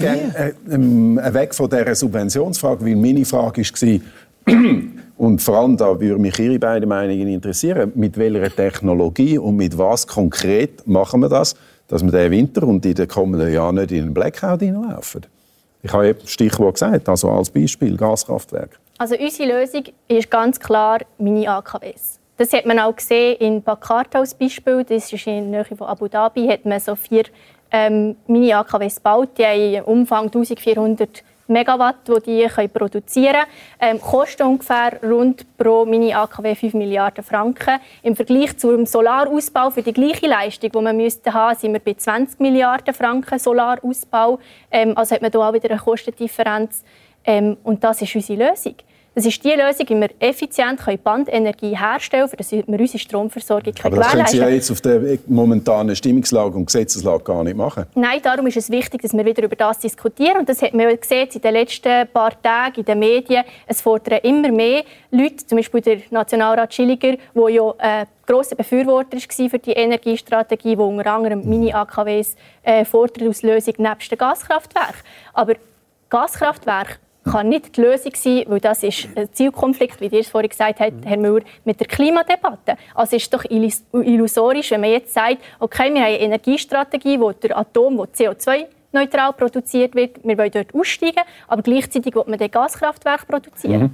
gerne weg von dieser Subventionsfrage, weil meine Frage war, und vor allem da würde mich Ihre beiden Meinungen interessieren, mit welcher Technologie und mit was konkret machen wir das, dass wir diesen Winter und in den kommenden Jahren nicht in einen Blackout hineinlaufen? Ich habe eben das Stichwort gesagt, also als Beispiel Gaskraftwerk. Also unsere Lösung ist ganz klar Mini-AKWs. Das hat man auch gesehen in Bakarta als Beispiel. Das ist in der Nähe von Abu Dhabi. Hat man so 4 Mini-AKWs gebaut. Die haben einen Umfang 1400 Megawatt, die produzieren können. Kosten ungefähr rund pro Mini-AKW 5 Milliarden Franken. Im Vergleich zum Solarausbau für die gleiche Leistung, die man müsste haben, sind wir bei 20 Milliarden Franken Solarausbau. Also hat man hier auch wieder eine Kostendifferenz. Und das ist unsere Lösung. Das ist die Lösung, wie wir effizient Bandenergie herstellen können, damit wir unsere Stromversorgung gewährleisten können. Aber das können Sie ja jetzt auf der momentanen Stimmungslage und Gesetzeslage gar nicht machen. Nein, darum ist es wichtig, dass wir wieder über das diskutieren. Und das hat man gesehen in den letzten paar Tagen in den Medien. Es fordern immer mehr Leute, zum Beispiel der Nationalrat Schilliger, der ja ein grosser Befürworter war für die Energiestrategie, die unter anderem Mini-AKWs fordert als Lösung nebst den Gaskraftwerken. Aber Gaskraftwerke kann nicht die Lösung sein, weil das ist ein Zielkonflikt, wie ihr es vorhin gesagt habt, Herr Müller, mit der Klimadebatte. Also es ist doch illusorisch, wenn man jetzt sagt, okay, wir haben eine Energiestrategie, wo der Atom, wo CO2-neutral produziert wird, wir wollen dort aussteigen, aber gleichzeitig will man den Gaskraftwerk produzieren.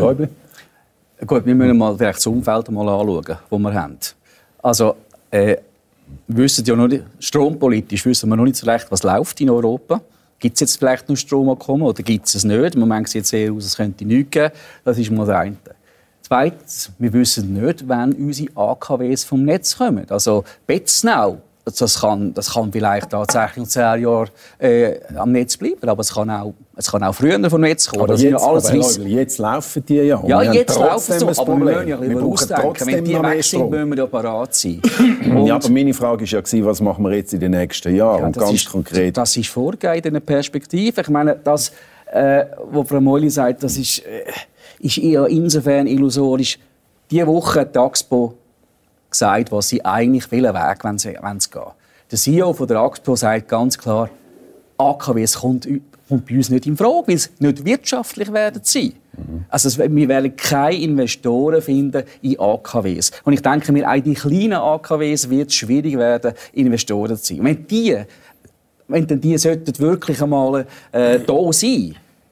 Gut, wir müssen mal das Umfeld anschauen, das wir haben. Also, wissen ja noch nicht, strompolitisch wissen wir noch nicht so recht, was läuft in Europa. Gibt es jetzt vielleicht noch Stromabkommen oder gibt es es nicht? Im Moment sieht es eher aus, es könnte nichts geben. Das ist mal das eine. Zweitens, wir wissen nicht, wann unsere AKWs vom Netz kommen. Also Betznau, das kann vielleicht tatsächlich in 10 Jahren am Netz bleiben, aber es kann auch früher vom Netz kommen. Aber jetzt laufen die ja. Ja, jetzt laufen sie, aber wir müssen ja ausdenken. Wenn die weg sind, müssen wir ja parat sein. Ja, aber meine Frage war ja, was machen wir jetzt in den nächsten Jahren? Und ganz konkret. Das ist vorgegeben in einer Perspektive. Ich meine, das, was Frau Meuli sagt, das ist eher insofern illusorisch. Diese Woche hat die AXPO gesagt, was sie eigentlich wollen, wenn sie gehen. Der CEO von der AXPO sagt ganz klar, AKWs kommt bei uns nicht in Frage, weil sie nicht wirtschaftlich werden sein. Also wir werden keine Investoren finden in AKWs. Und ich denke mir, auch in die kleinen AKWs wird es schwierig werden, Investoren zu sein. Wenn die sollten wirklich einmal da sein,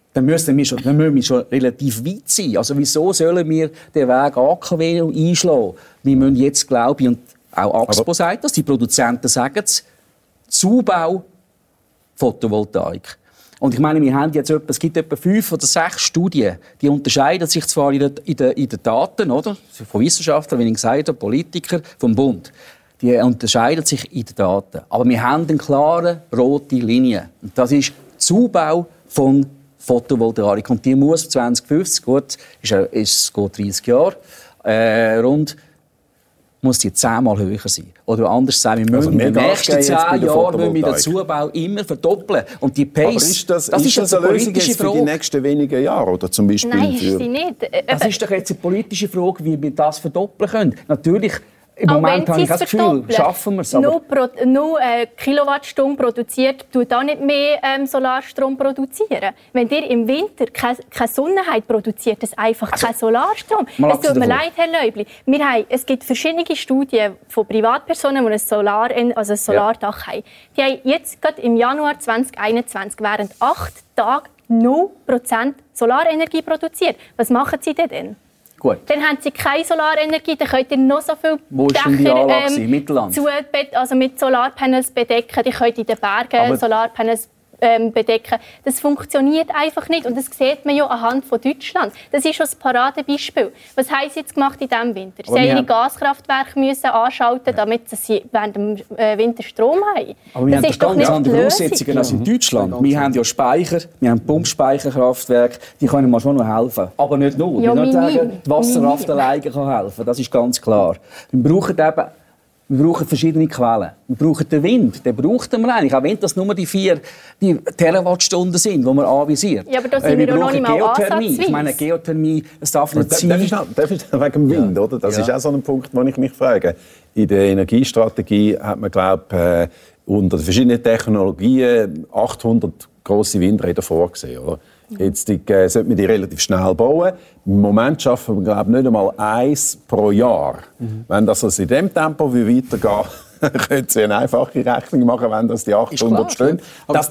dann müssen wir schon relativ weit sein. Also wieso sollen wir den Weg AKW einschlagen? Wir müssen jetzt, glaube ich, und auch AXPO sagt das, die Produzenten sagen es, Zubau Photovoltaik. Und ich meine, es gibt etwa 5 oder 6 Studien, die unterscheiden sich zwar in den Daten, oder? Von Wissenschaftlern, wie ich gesagt habe, Politikern, vom Bund. Die unterscheiden sich in den Daten. Aber wir haben eine klare rote Linie. Und das ist Zubau von Photovoltaik. Und die muss 2050, gut, es geht 30 Jahre, rund, muss die 10-mal höher sein. Oder anders gesagt, wir müssen in den nächsten 10 Jahren den Zubau immer verdoppeln. Und die Pace, aber ist das eine Lösung für die nächsten wenigen Jahre? Oder zum Beispiel Nein, ist sie nicht. Das ist doch jetzt eine politische Frage, wie wir das verdoppeln können. Natürlich, im Moment habe ich das Gefühl, schaffen wir es. Nur Kilowattstunde produziert, tut auch nicht mehr Solarstrom produzieren. Wenn ihr im Winter keine Sonne habt, produziert es einfach keinen Solarstrom. Es tut mir leid, Herr Leubli. Es gibt verschiedene Studien von Privatpersonen, die ein Solardach haben. Die haben jetzt gerade im Januar 2021 während 8 Tagen 0% Solarenergie produziert. Was machen sie denn? Gut. Dann haben sie keine Solarenergie, dann könnt ihr noch so viel Dächer Mittelland? Mit Solarpanels bedecken. Die könnt in den Bergen Solarpanels bedecken. Das funktioniert einfach nicht. Und das sieht man ja anhand von Deutschland. Das ist schon das Paradebeispiel. Was haben sie jetzt gemacht in diesem Winter? Sie haben ihre Gaskraftwerke müssen anschalten, damit sie während dem Winter Strom haben. Aber wir haben ganz andere Voraussetzungen als in Deutschland. Wir haben ja Speicher, wir haben Pumpspeicherkraftwerke, die können mir schon noch helfen. Aber nicht nur. Ja, ich will nicht sagen, die Wasserkraft alleine kann helfen. Das ist ganz klar. Wir brauchen verschiedene Quellen. Wir brauchen den Wind, den braucht man eigentlich. Auch wenn das nur die 4 Terawattstunden sind, die man anvisiert. Ja, aber da sind wir noch nicht mal ansatzweise. Ich meine, Geothermie, es darf nicht sein. Darf ich wegen dem Wind, oder? Das ist auch so ein Punkt, den ich mich frage. In der Energiestrategie hat man, glaube ich, unter verschiedenen Technologien 800 grosse Windräder vorgesehen, oder? Jetzt sollte man die relativ schnell bauen. Im Moment schaffen wir, glaube ich, nicht einmal 1 pro Jahr. Wenn das also in diesem Tempo weitergeht, können Sie eine einfache Rechnung machen, wenn das die 800 stehen.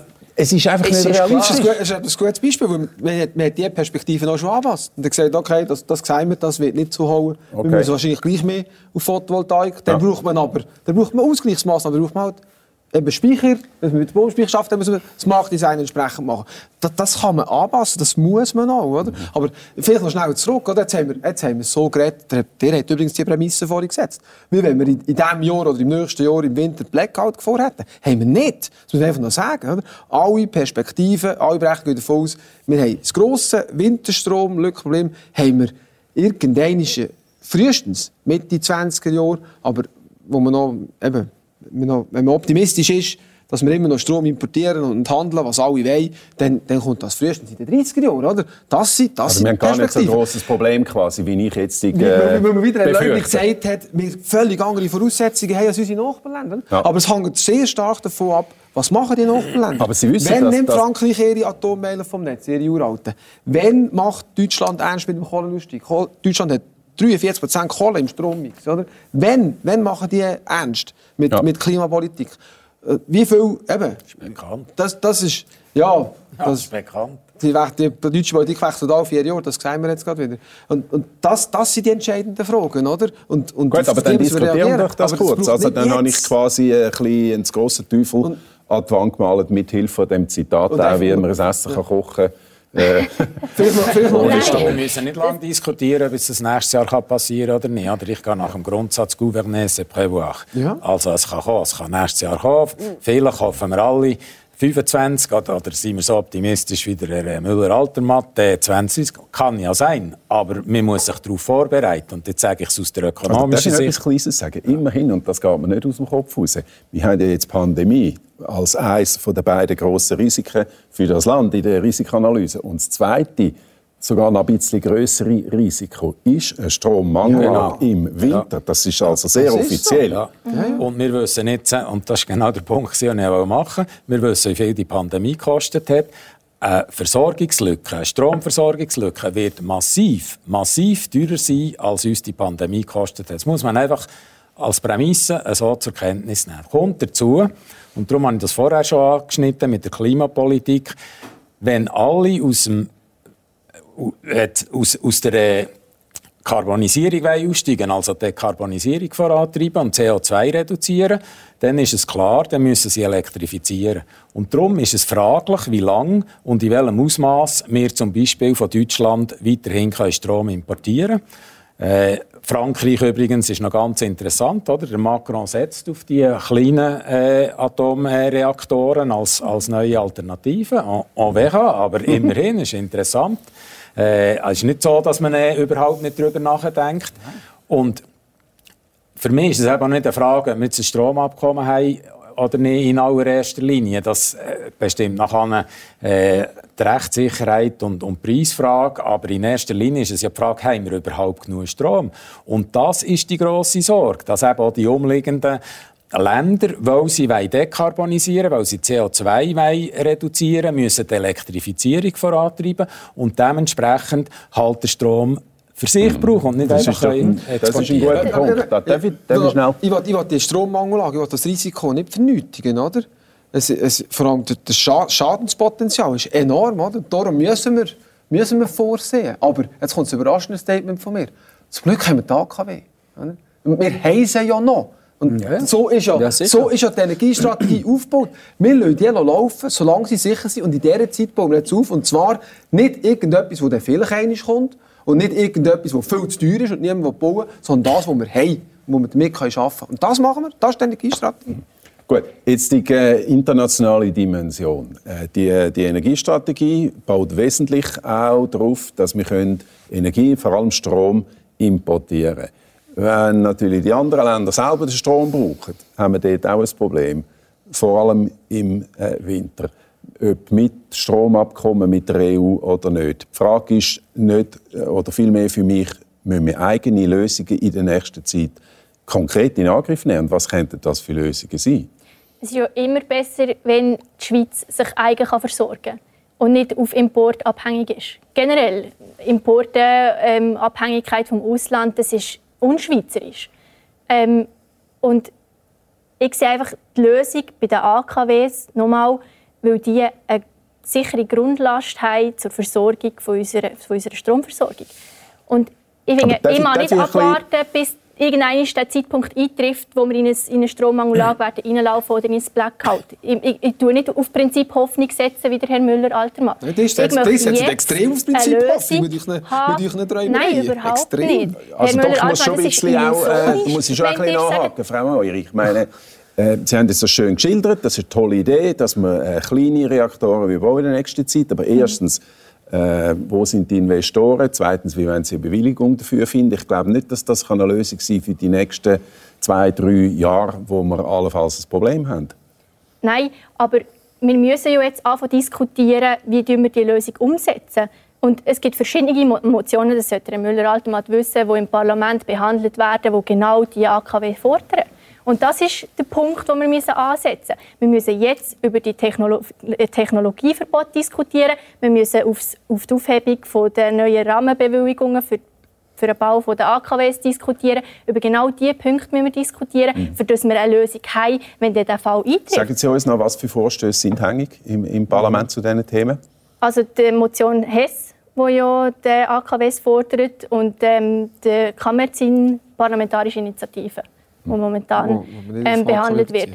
Es ist einfach nicht realistisch. Das ist ein gutes Beispiel, weil man hat diese Perspektive noch schon angepasst. Und dann gesagt, okay, das sehen wir, das wird nicht zuhauen. Okay. Wir müssen wahrscheinlich gleich mehr auf Photovoltaik. Dann braucht man Ausgleichsmaßnahmen, dann braucht man halt eben Speicher, wenn man mit Baumspeicher schafft, dann muss man das Marktdesign entsprechend machen. Das kann man anpassen, das muss man auch, oder? Aber vielleicht noch schnell zurück, oder? Jetzt haben wir so geredet, der hat übrigens die Prämisse vorhin gesetzt. Weil wenn wir in diesem Jahr oder im nächsten Jahr im Winter Blackout vorhätten, haben wir nicht. Das muss man einfach noch sagen, oder? Alle Perspektiven, alle Berechnungen gehen davon aus, wir haben das grosse Winterstrom-Lückenproblem, haben wir irgendwann frühestens Mitte 20er Jahre, aber wo man noch eben wenn man optimistisch ist, dass wir immer noch Strom importieren und handeln, was alle wollen, dann kommt das frühestens in den 30er Jahren, oder? Das sind wir haben gar nicht so ein grosses Problem, quasi, wie ich jetzt weil man wieder Leute gesagt hat, wir völlig andere Voraussetzungen haben als unsere Nachbarländer. Ja. Aber es hängt sehr stark davon ab, was machen die Nachbarländer. Aber Sie wissen, wenn nimmt Frankreich ihre Atommeiler vom Netz, ihre uralten? Wenn macht Deutschland ernst mit dem Kohlenausstieg? Deutschland hat 43% Kohle im Strommix, oder? Wenn machen die ernst mit Klimapolitik? Wie viel, eben? Das ist bekannt. Das ist, ja. Das ist bekannt. Die deutsche Politik wechselt alle 4 Jahre, das sehen wir jetzt gerade wieder. Und das sind die entscheidenden Fragen, oder? Und gut, aber dann diskutieren wir doch das kurz. Also dann habe ich quasi ein bisschen ins grosse Teufel an die Wand gemalt, mit Hilfe von dem Zitat, auch, wie man ein Essen kochen kann. Wir müssen nicht lange diskutieren, ob es das nächstes Jahr passieren kann oder nicht. Oder ich gehe nach dem Grundsatz «Gouverner, c'est prévoir». Ja. Also es kann kommen, es kann nächstes Jahr kommen. Vielleicht hoffen wir alle 25 oder sind wir so optimistisch wie der Herr Müller-Altermatt, 20 kann ja sein. Aber man muss sich darauf vorbereiten. Und jetzt sage ich es aus der ökonomischen Sicht. Darf ich etwas Kleines sagen? Immerhin, und das geht mir nicht aus dem Kopf raus, wir haben ja jetzt die Pandemie als eines der beiden grossen Risiken für das Land in der Risikoanalyse. Und das zweite, sogar noch ein bisschen grössere Risiko, ist ein Strommangel im Winter. Ja. Das ist also sehr offiziell. So. Ja. Und wir wissen nicht, und das ist genau der Punkt, den ich machen wollte, wir wissen, wie viel die Pandemie gekostet hat. Eine Versorgungslücke, eine Stromversorgungslücke wird massiv teurer sein, als uns die Pandemie gekostet hat. Das muss man einfach als Prämisse so zur Kenntnis nehmen. Kommt dazu, und darum habe ich das vorher schon angeschnitten mit der Klimapolitik, wenn alle aus dem aus der Karbonisierung aussteigen, also die Dekarbonisierung vorantreiben und CO2 reduzieren, dann ist es klar, dann müssen sie elektrifizieren. Und darum ist es fraglich, wie lange und in welchem Ausmaß wir zum Beispiel von Deutschland weiterhin Strom importieren können. Frankreich übrigens ist noch ganz interessant, oder? Der Macron setzt auf die kleinen Atomreaktoren als neue Alternative. On verra, aber immerhin ist interessant. Es ist nicht so, dass man überhaupt nicht darüber nachdenkt. Und für mich ist es eben nicht eine Frage, ob wir jetzt ein Stromabkommen haben oder nicht in allererster Linie. Das bestimmt nachher die Rechtssicherheit und die Preisfrage. Aber in erster Linie ist es ja die Frage, haben wir überhaupt genug Strom? Und das ist die grosse Sorge, dass eben auch die umliegenden Länder, weil sie dekarbonisieren wollen, weil sie CO2 reduzieren wollen, müssen die Elektrifizierung vorantreiben und dementsprechend halt der Strom für sich brauchen und nicht einfach exportieren. Das ist ein guter Punkt. Darf ich schnell? Ich will die Strommangellage, ich will das Risiko nicht vernötigen, oder? Vor allem das Schadenspotenzial ist enorm, oder? Darum müssen wir vorsehen. Aber jetzt kommt das überraschende Statement von mir. Zum Glück haben wir die AKW. Oder? Wir haben sie ja noch. Und so ist ja die Energiestrategie aufgebaut. Wir lassen die laufen, solange sie sicher sind. Und in dieser Zeit bauen wir jetzt auf. Und zwar nicht irgendetwas, das dann vielleicht einmal kommt. Und nicht irgendetwas, das viel zu teuer ist und niemand bauen will, sondern das, was wir haben, wo wir damit arbeiten können. Und das machen wir. Das ist die Energiestrategie. Gut, jetzt die internationale Dimension. Die Energiestrategie baut wesentlich auch darauf, dass wir Energie, vor allem Strom, importieren können. Wenn natürlich die anderen Länder selber den Strom brauchen, haben wir dort auch ein Problem. Vor allem im Winter. Ob mit Stromabkommen mit der EU oder nicht. Die Frage ist nicht, oder vielmehr für mich, müssen wir eigene Lösungen in der nächsten Zeit konkret in Angriff nehmen. Und was könnten das für Lösungen sein? Es ist ja immer besser, wenn die Schweiz sich eigen versorgen kann und nicht auf Import abhängig ist. Generell, Abhängigkeit vom Ausland, das ist unschweizerisch. Und ich sehe einfach die Lösung bei den AKWs nochmal, weil die eine sichere Grundlast haben zur Versorgung von unserer Stromversorgung. Und ich finde, ich mag nicht abwarten, bis irgendwann der Zeitpunkt eintrifft, wo wir in eine Strommangellage reinlaufen oder in ein Blackout. Ich tue nicht auf Prinzip Hoffnung setzen, wie der Herr Müller-Altermatt. Das ist extrem aufs Prinzip Hoffnung. Mit euch träumen. Nein, überhaupt extrem. nicht. Also doch, muss schon ein bisschen muss ich schon ein bisschen nachhaken, Frau Meurer. Ich meine, Sie haben das so schön geschildert, das ist eine tolle Idee, dass man kleine Reaktoren bauen in der nächsten Zeit. Aber erstens, wo sind die Investoren? Zweitens, wie wollen Sie eine Bewilligung dafür finden? Ich glaube nicht, dass das eine Lösung sein kann für die nächsten 2-3 Jahre, wo wir allenfalls ein Problem haben. Nein, aber wir müssen ja jetzt anfangen diskutieren, wie wir die Lösung umsetzen. Und es gibt verschiedene Motionen, das sollte Herr Müller-Altermatt wissen, die im Parlament behandelt werden, die genau die AKW fordern. Und das ist der Punkt, den wir ansetzen müssen. Wir müssen jetzt über die Technologieverbot diskutieren. Wir müssen auf die Aufhebung der neuen Rahmenbewilligungen für den Bau der AKWs diskutieren. Über genau diese Punkte müssen wir diskutieren, für dass wir eine Lösung haben, wenn der Fall eintritt. Sagen Sie uns noch, was für Vorstöße sind hängig im Parlament zu diesen Themen? Also die Motion Hess, die ja die AKWs fordert, und die Kammerzin Parlamentarische Initiative, die momentan behandelt wird.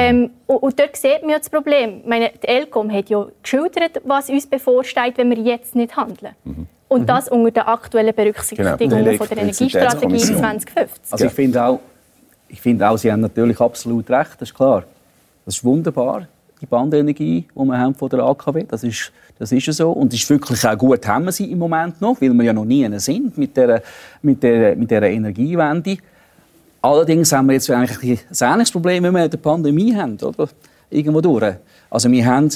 Und dort sieht man ja das Problem. Ich meine, die ElCom hat ja geschildert, was uns bevorsteht, wenn wir jetzt nicht handeln. Und das unter den aktuellen Berücksichtigungen von der Energiestrategie 2050. Also ich finde auch, Sie haben natürlich absolut recht, das ist klar. Das ist wunderbar, die Bandenergie, die wir haben von der AKW, das ist ja so. Und es ist wirklich auch gut, haben wir sie im Moment noch, weil wir ja noch nie sind mit dieser Energiewende. Allerdings haben wir jetzt eigentlich ein ähnliches Problem, wie wir in der Pandemie haben, oder? Irgendwo durch. Also wir haben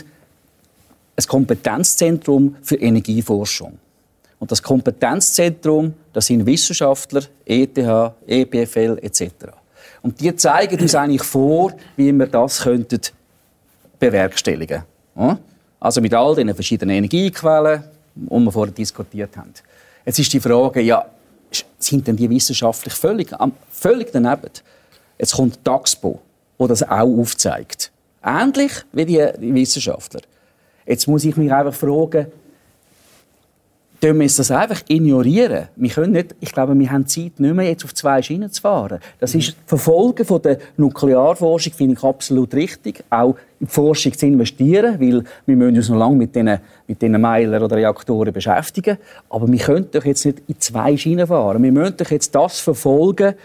ein Kompetenzzentrum für Energieforschung. Und das Kompetenzzentrum, das sind Wissenschaftler, ETH, EPFL etc. Und die zeigen uns eigentlich vor, wie wir das bewerkstelligen könnten. Also mit all den verschiedenen Energiequellen, die wir vorher diskutiert haben. Jetzt ist die Frage, ja, sind denn die wissenschaftlich völlig daneben? Jetzt kommt die Taxpo, die das auch aufzeigt. Ähnlich wie die Wissenschaftler. Jetzt muss ich mich einfach fragen, wir müssen das einfach ignorieren. Wir können nicht, ich glaube, wir haben Zeit nicht mehr, jetzt auf 2 Schienen zu fahren. Das ist Verfolgen von der Nuklearforschung, finde ich absolut richtig. Auch in die Forschung zu investieren, weil wir müssen uns noch lange mit diesen Meiler oder Reaktoren beschäftigen. Aber wir können doch jetzt nicht in 2 Schienen fahren. Wir müssen doch jetzt das verfolgen,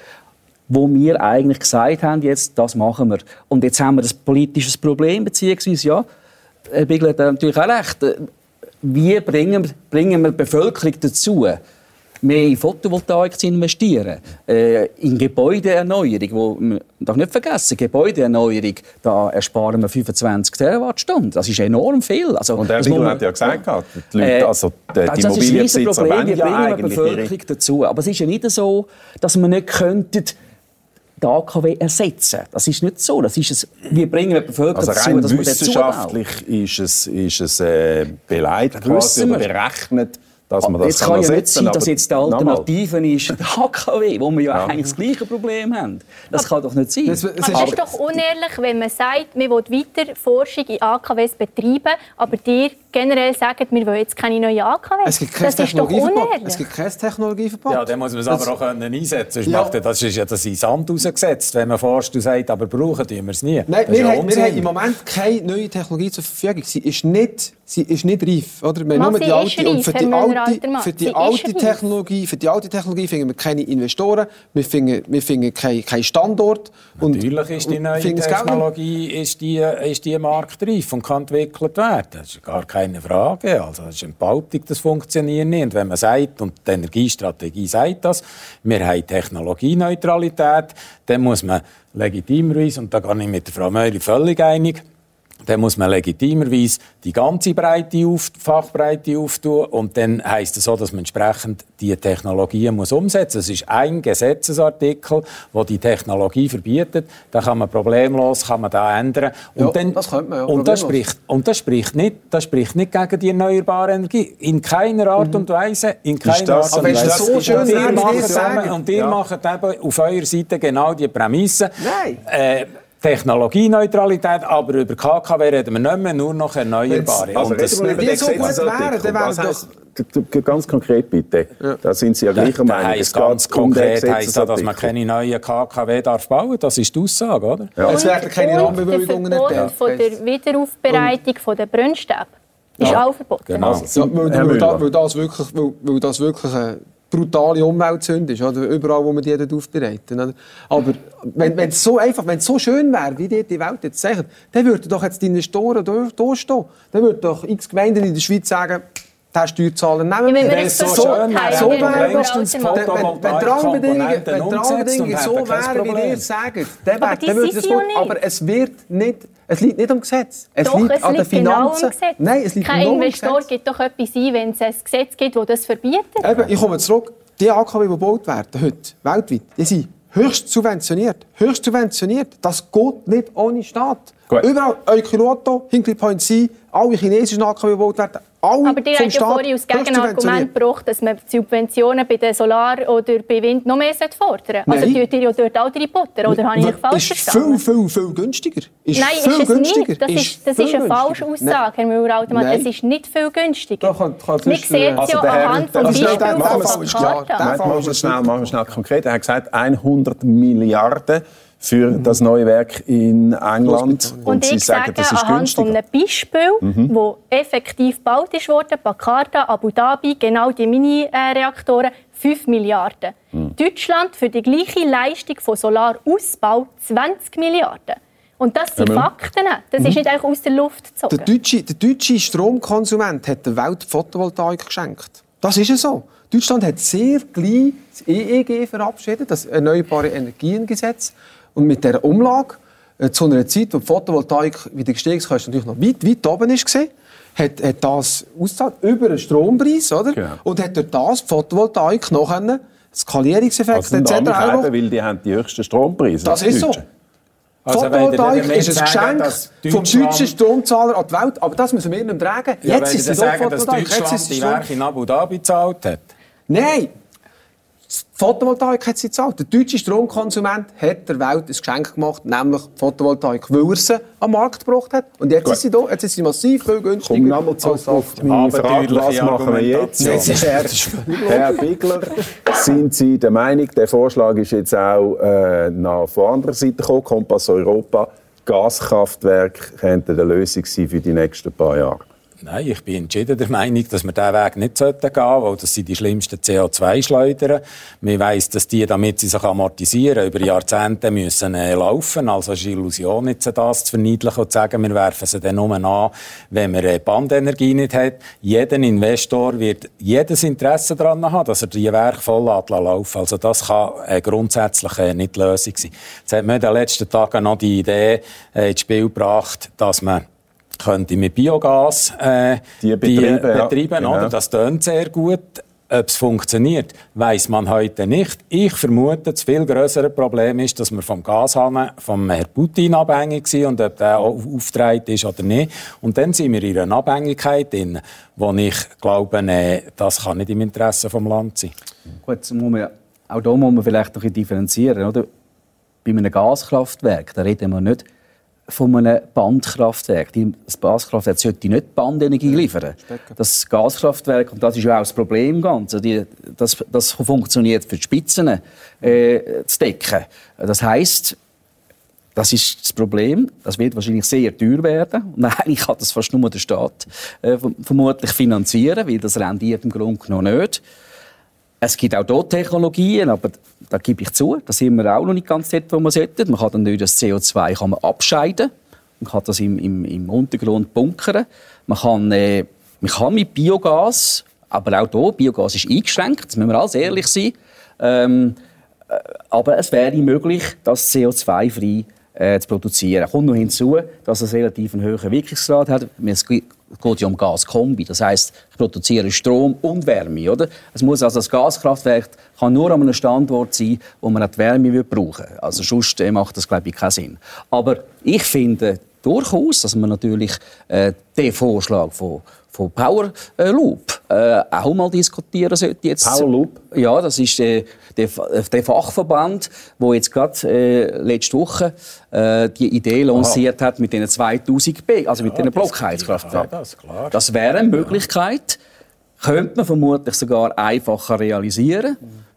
wo wir eigentlich gesagt haben, jetzt, das machen wir. Und jetzt haben wir das politische Problem, beziehungsweise, ja, Herr Bigler hat natürlich auch recht, wie bringen wir die Bevölkerung dazu, mehr in Photovoltaik zu investieren, in Gebäudeerneuerung, wo man darf nicht vergessen, Gebäudeerneuerung, da ersparen wir 25 Terawattstunden. Das ist enorm viel. Also, und Herr Bigler hat ja gesagt, die Leute, also die Immobilienbesitzer wollen ja eigentlich die Bevölkerung dazu. Aber es ist ja nicht so, dass wir nicht könnten die AKW ersetzen. Das ist nicht so. Das ist wir bringen die Bevölkerung dazu, dass wir wissenschaftlich ist es beleidigt quasi oder berechnet, dass man das jetzt kann ja nicht sein, dass jetzt die Alternative ist der AKW, wo wir ja eigentlich das gleiche Problem haben. Das kann doch nicht sein. Das ist doch unehrlich, wenn man sagt, wir wollen weiter Forschung in AKWs betreiben, aber die generell sagen, wir wollen jetzt keine neuen AKWs. Es gibt kein Technologieverbot. Es gibt kein Technologieverbot. Ja, dann muss man es aber auch einsetzen können. Das ist ja das in Sand rausgesetzt, wenn man forscht und sagt, aber brauchen wir es nie. Nein, wir haben im Moment keine neue Technologie zur Verfügung. Sie ist nicht reif. Oder? Wir haben nur die alte. Und für die alte Technologie finden wir keine Investoren, wir finden keinen Standort. Natürlich ist die neue Technologie ist die marktreif und kann entwickelt werden. Das ist gar keine Frage. Also, das ist eine Behauptung, das funktioniert nicht. Und wenn man sagt, und die Energiestrategie sagt das, wir haben Technologieneutralität, dann muss man legitimerweise, und da gehe ich mit der Frau Meury völlig einig, dann muss man legitimerweise die ganze Fachbreite auftun und dann heisst es so, dass man entsprechend die Technologien umsetzen muss. Es ist ein Gesetzesartikel, der die Technologie verbietet. Da kann man problemlos ändern. Und ja, das könnte man ja. Und das spricht nicht gegen die erneuerbare Energie. In keiner Art und Weise. In keiner Art und Weise. So schön und ihr macht eben auf eurer Seite genau die Prämisse. Nein. Technologieneutralität, aber über KKW reden wir nicht mehr, nur noch Erneuerbare. Also, wenn die so gut wären, dann wären das... Ganz konkret bitte, da sind Sie ja gleicher Meinung. Ganz konkret heisst das, dass man keine neuen KKW darf bauen darf. Das ist die Aussage, oder? Ja. Es werden keine Rahmenbewilligungen nicht der von der Wiederaufbereitung der Brennstäbe ist auch verboten. Genau. Weil das wirklich brutale Umweltsünde ist, oder? Überall, wo man die aufbereiten. Oder? Aber wenn es so schön wäre, wie die Welt jetzt sagt, dann würden doch jetzt die Investoren durchstehen. Dann würden doch x Gemeinden in der Schweiz sagen, der Steuerzahler nehmen wir. Wenn es so wäre, wenn die Rahmenbedingungen so wären, wie ihr sagt, dann würde das gut. Aber es liegt nicht am Gesetz. Es liegt an den Finanzen. Genau Nein, es liegt kein Investor gibt doch etwas ein, wenn es ein Gesetz gibt, das das verbietet. Eben, ich komme zurück. Die AKW, die gebaut werden heute, weltweit, die sind höchst subventioniert. Höchst subventioniert. Das geht nicht ohne Staat. Gut. Überall, Olkiluoto, Hinkley Point C, alle chinesischen AKW, die gebaut werden, alle aber die haben ja vorhin als Gegenargument gebracht, dass man Subventionen bei den Solar- oder bei Wind noch mehr fordern sollte. Also tut ihr ja dort auch die Butter, oder habe ich falsch verstanden? Ist viel günstiger. Nein, ist es nicht. Das ist eine falsche Aussage, Herr Müller-Altmann. Es ist nicht viel günstiger. Wir sehen es ja anhand vom Beispiel von Jakarta. Machen wir schnell konkret. Er hat gesagt, 100 Milliarden für das neue Werk in England. Und ich sage, das ist anhand von einem Beispiel, das effektiv gebaut wurde, Jakarta, Abu Dhabi, genau die Mini-Reaktoren, 5 Milliarden. Deutschland für die gleiche Leistung von Solarausbau 20 Milliarden. Und das sind Fakten. Das ist nicht einfach aus der Luft gezogen. Der deutsche Stromkonsument hat der Welt Photovoltaik geschenkt. Das ist ja so. Deutschland hat sehr gleich das EEG verabschiedet, das Erneuerbare Energiengesetz. Und mit dieser Umlage, zu einer Zeit, wo die Photovoltaik wie die Gestehungskosten natürlich noch weit oben war, hat das ausgezahlt über den Strompreis, oder? Genau. Und hat durch das die Photovoltaik noch einen Skalierungseffekt etc. Weil die haben die höchsten Strompreise. Das ist so. Also Photovoltaik ist ein Geschenk vom deutschen Stromzahler an die Welt. Aber das müssen wir nicht tragen. Ja, jetzt ist es sagen, dass Deutschland die Werke in Abu Dhabi gezahlt hat? Nein. Photovoltaik hat sie gezahlt. Der deutsche Stromkonsument hat der Welt ein Geschenk gemacht, nämlich Photovoltaik, weil er sie am Markt gebracht hat. Und jetzt ist sie da, jetzt ist sie massiv viel günstiger. Komm nochmal zurück auf meine Frage, was machen wir jetzt? Herr Bigler, sind Sie der Meinung, der Vorschlag ist jetzt auch von anderer Seite gekommen, Kompass Europa, Gaskraftwerke könnten eine Lösung sein für die nächsten paar Jahre? Nein, ich bin entschieden der Meinung, dass wir diesen Weg nicht gehen sollten, weil das sind die schlimmsten CO2-Schleudern. Man weiss, dass die, damit sie sich amortisieren, über Jahrzehnte müssen laufen. Also es ist eine Illusion, jetzt das zu verniedlichen und zu sagen, wir werfen sie dann nur an, wenn man Bandenergie nicht hat. Jeder Investor wird jedes Interesse daran haben, dass er die Werke voll laufen. Also das kann grundsätzlich nicht die Lösung sein. Jetzt hat man in den letzten Tagen noch die Idee ins Spiel gebracht, dass man könnte mit Biogas die betreiben, ja, oder? Das tönt sehr gut. Ob es funktioniert, weiss man heute nicht. Ich vermute, das viel grössere Problem ist, dass wir vom Gashahn vom Herrn Putin abhängig sind und ob der aufgetragen ist oder nicht. Und dann sind wir in einer Abhängigkeit drin, wo ich glaube, das kann nicht im Interesse des Landes sein. Gut, auch da muss man vielleicht noch ein bisschen differenzieren. Oder? Bei einem Gaskraftwerk, da reden wir nicht von einem Bandkraftwerk. Das Gaskraftwerk sollte nicht Bandenergie liefern. Das Gaskraftwerk, und das ist ja auch das Problem ganz, das funktioniert für die Spitzen zu decken. Das heisst, das ist das Problem. Das wird wahrscheinlich sehr teuer werden. Und eigentlich kann das fast nur der Staat vermutlich finanzieren, weil das rendiert im Grunde genommen nicht. Es gibt auch dort Technologien, aber da gebe ich zu, da sind wir auch noch nicht ganz dort, wo wir sollten. Man kann dann nicht das CO2 kann man abscheiden. Man kann das im Untergrund bunkern. Man kann mit Biogas, aber auch hier, Biogas ist eingeschränkt, das müssen wir alles ehrlich sein. Aber es wäre möglich, das CO2-frei zu produzieren. Kommt noch hinzu, dass es relativ einen hohen Wirkungsgrad hat. Es geht ja um Gaskombi. Das heisst, ich produziere Strom und Wärme. Oder? Es muss also das Gaskraftwerk kann nur an einem Standort sein, wo man auch die Wärme brauchen will. Also sonst macht das, glaube ich, keinen Sinn. Aber ich finde durchaus, dass man natürlich den Vorschlag von Powerloop auch mal diskutieren sollte. Jetzt. Powerloop? Ja, das ist der Fachverband, der jetzt gerade letzte Woche die Idee lanciert hat mit diesen 2000 B, also mit diesen Blockheizkraftwerken. Das wäre eine Möglichkeit, könnte man vermutlich sogar einfacher realisieren.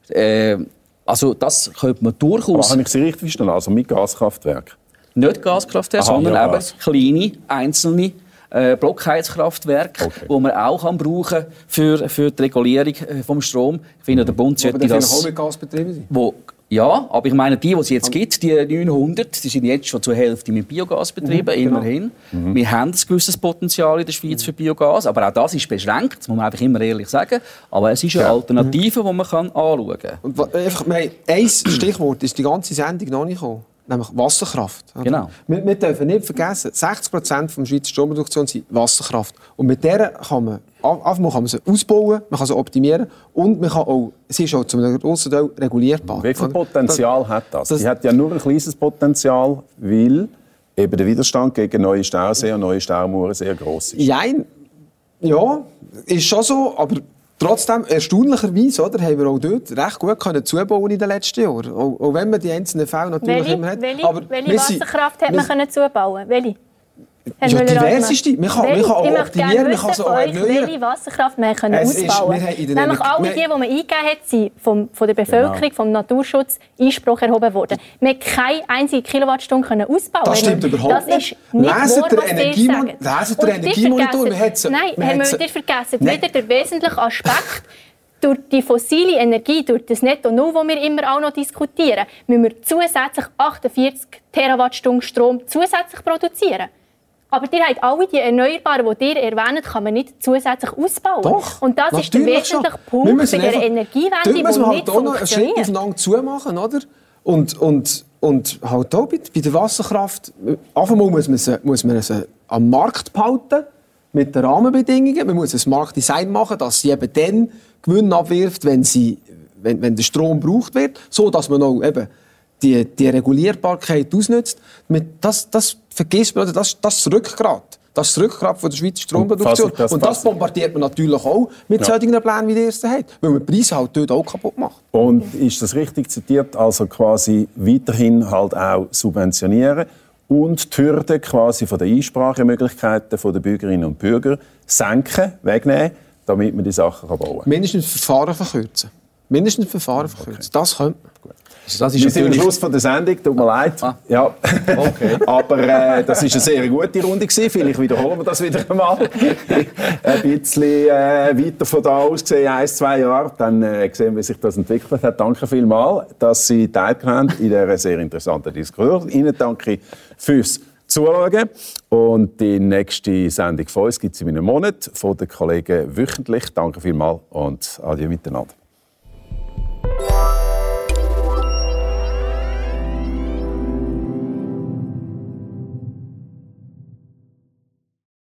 Also das könnte man durchaus... Aber habe ich Sie richtig verstanden? Also mit Gaskraftwerk? Nicht Gaskraftwerke, sondern ja, eben kleine, einzelne Blockheizkraftwerke, okay, die man auch brauchen kann für die Regulierung des Stroms. Ich finde, der Bund sollte das... auch mit Gas betrieben sein? Ja, aber ich meine, die es jetzt gibt, die 900, die sind jetzt schon zur Hälfte mit Biogas betrieben, immerhin. Wir haben ein gewisses Potenzial in der Schweiz für Biogas, aber auch das ist beschränkt, das muss man einfach immer ehrlich sagen. Aber es ist eine Alternative, die man anschauen kann. Und einfach, ein Stichwort ist die ganze Sendung noch nicht gekommen. Nämlich Wasserkraft. Genau. Wir dürfen nicht vergessen, 60% der Schweizer Stromproduktion sind Wasserkraft. Und mit der kann man sie ausbauen, man kann sie optimieren und man kann auch, sie ist auch zu einem grossen Teil regulierbar. Wie viel Potenzial hat das? Sie hat ja nur ein kleines Potenzial, weil eben der Widerstand gegen neue Stauseen und neue Staumauern sehr gross ist. Ja, ist schon so, aber trotzdem, erstaunlicherweise, oder, haben wir auch dort recht gut zubauen in den letzten Jahren. Auch wenn man die einzelnen Fälle natürlich immer hat. Welche Wasserkraft hat man zubauen? Welche? Ja, diverseste. Man kann auch optimieren, man kann sie auch erneuern. Welche Wasserkraft man ausbauen kann. Nämlich alle die man eingegeben hat, sind von der Bevölkerung, vom Naturschutz Einspruch erhoben worden. Man konnte keine einzige Kilowattstunde ausbauen. Das stimmt überhaupt nicht. Leset der Energiemonitor. Nein, haben wir vergessen. Wieder der wesentliche Aspekt. Durch die fossile Energie, durch das Netto Null, das wir immer auch noch diskutieren, müssen wir zusätzlich 48 Terawattstunden Strom zusätzlich produzieren. Aber ihr habt alle die Erneuerbaren, die ihr erwähnt, kann man nicht zusätzlich ausbauen. Doch, und das ist der wesentliche Punkt bei der Energiewende, die nicht funktioniert. Wir müssen halt einen Schritt aufeinander zumachen, oder? Und halt auch bei der Wasserkraft, einfach mal muss man sie am Markt behalten, mit den Rahmenbedingungen. Man muss ein Marktdesign machen, dass sie eben dann Gewinn abwirft, wenn der Strom gebraucht wird, so dass man auch eben die Regulierbarkeit ausnutzt. Das vergisst man, das ist das Rückgrat Das ist das Rückgrat von der Schweizer Stromproduktion. Und das bombardiert man natürlich auch mit solchen Plänen, wie die erste hat. Weil man die Preise halt dort auch kaputt macht. Und ist das richtig zitiert? Also quasi weiterhin halt auch subventionieren und die Hürden quasi von den Einsprachemöglichkeiten der Bürgerinnen und Bürger senken, wegnehmen, damit man die Sachen bauen kann. Mindestens Verfahren verkürzen. Okay. Das könnte man. Also das ist wir sind am Schluss von der Sendung, tut mir leid. Ja. Okay. Aber das war eine sehr gute Runde gewesen. Vielleicht wiederholen wir das wieder einmal. Ein bisschen weiter von da aus gesehen, 1-2 Jahre, dann sehen, wie sich das entwickelt hat. Danke vielmals, dass Sie teilgenommen haben in dieser sehr interessanten Diskussion. Ihnen danke fürs Zuschauen. Und die nächste Sendung von uns gibt es in einem Monat von den Kollegen wöchentlich. Danke vielmals und adieu miteinander.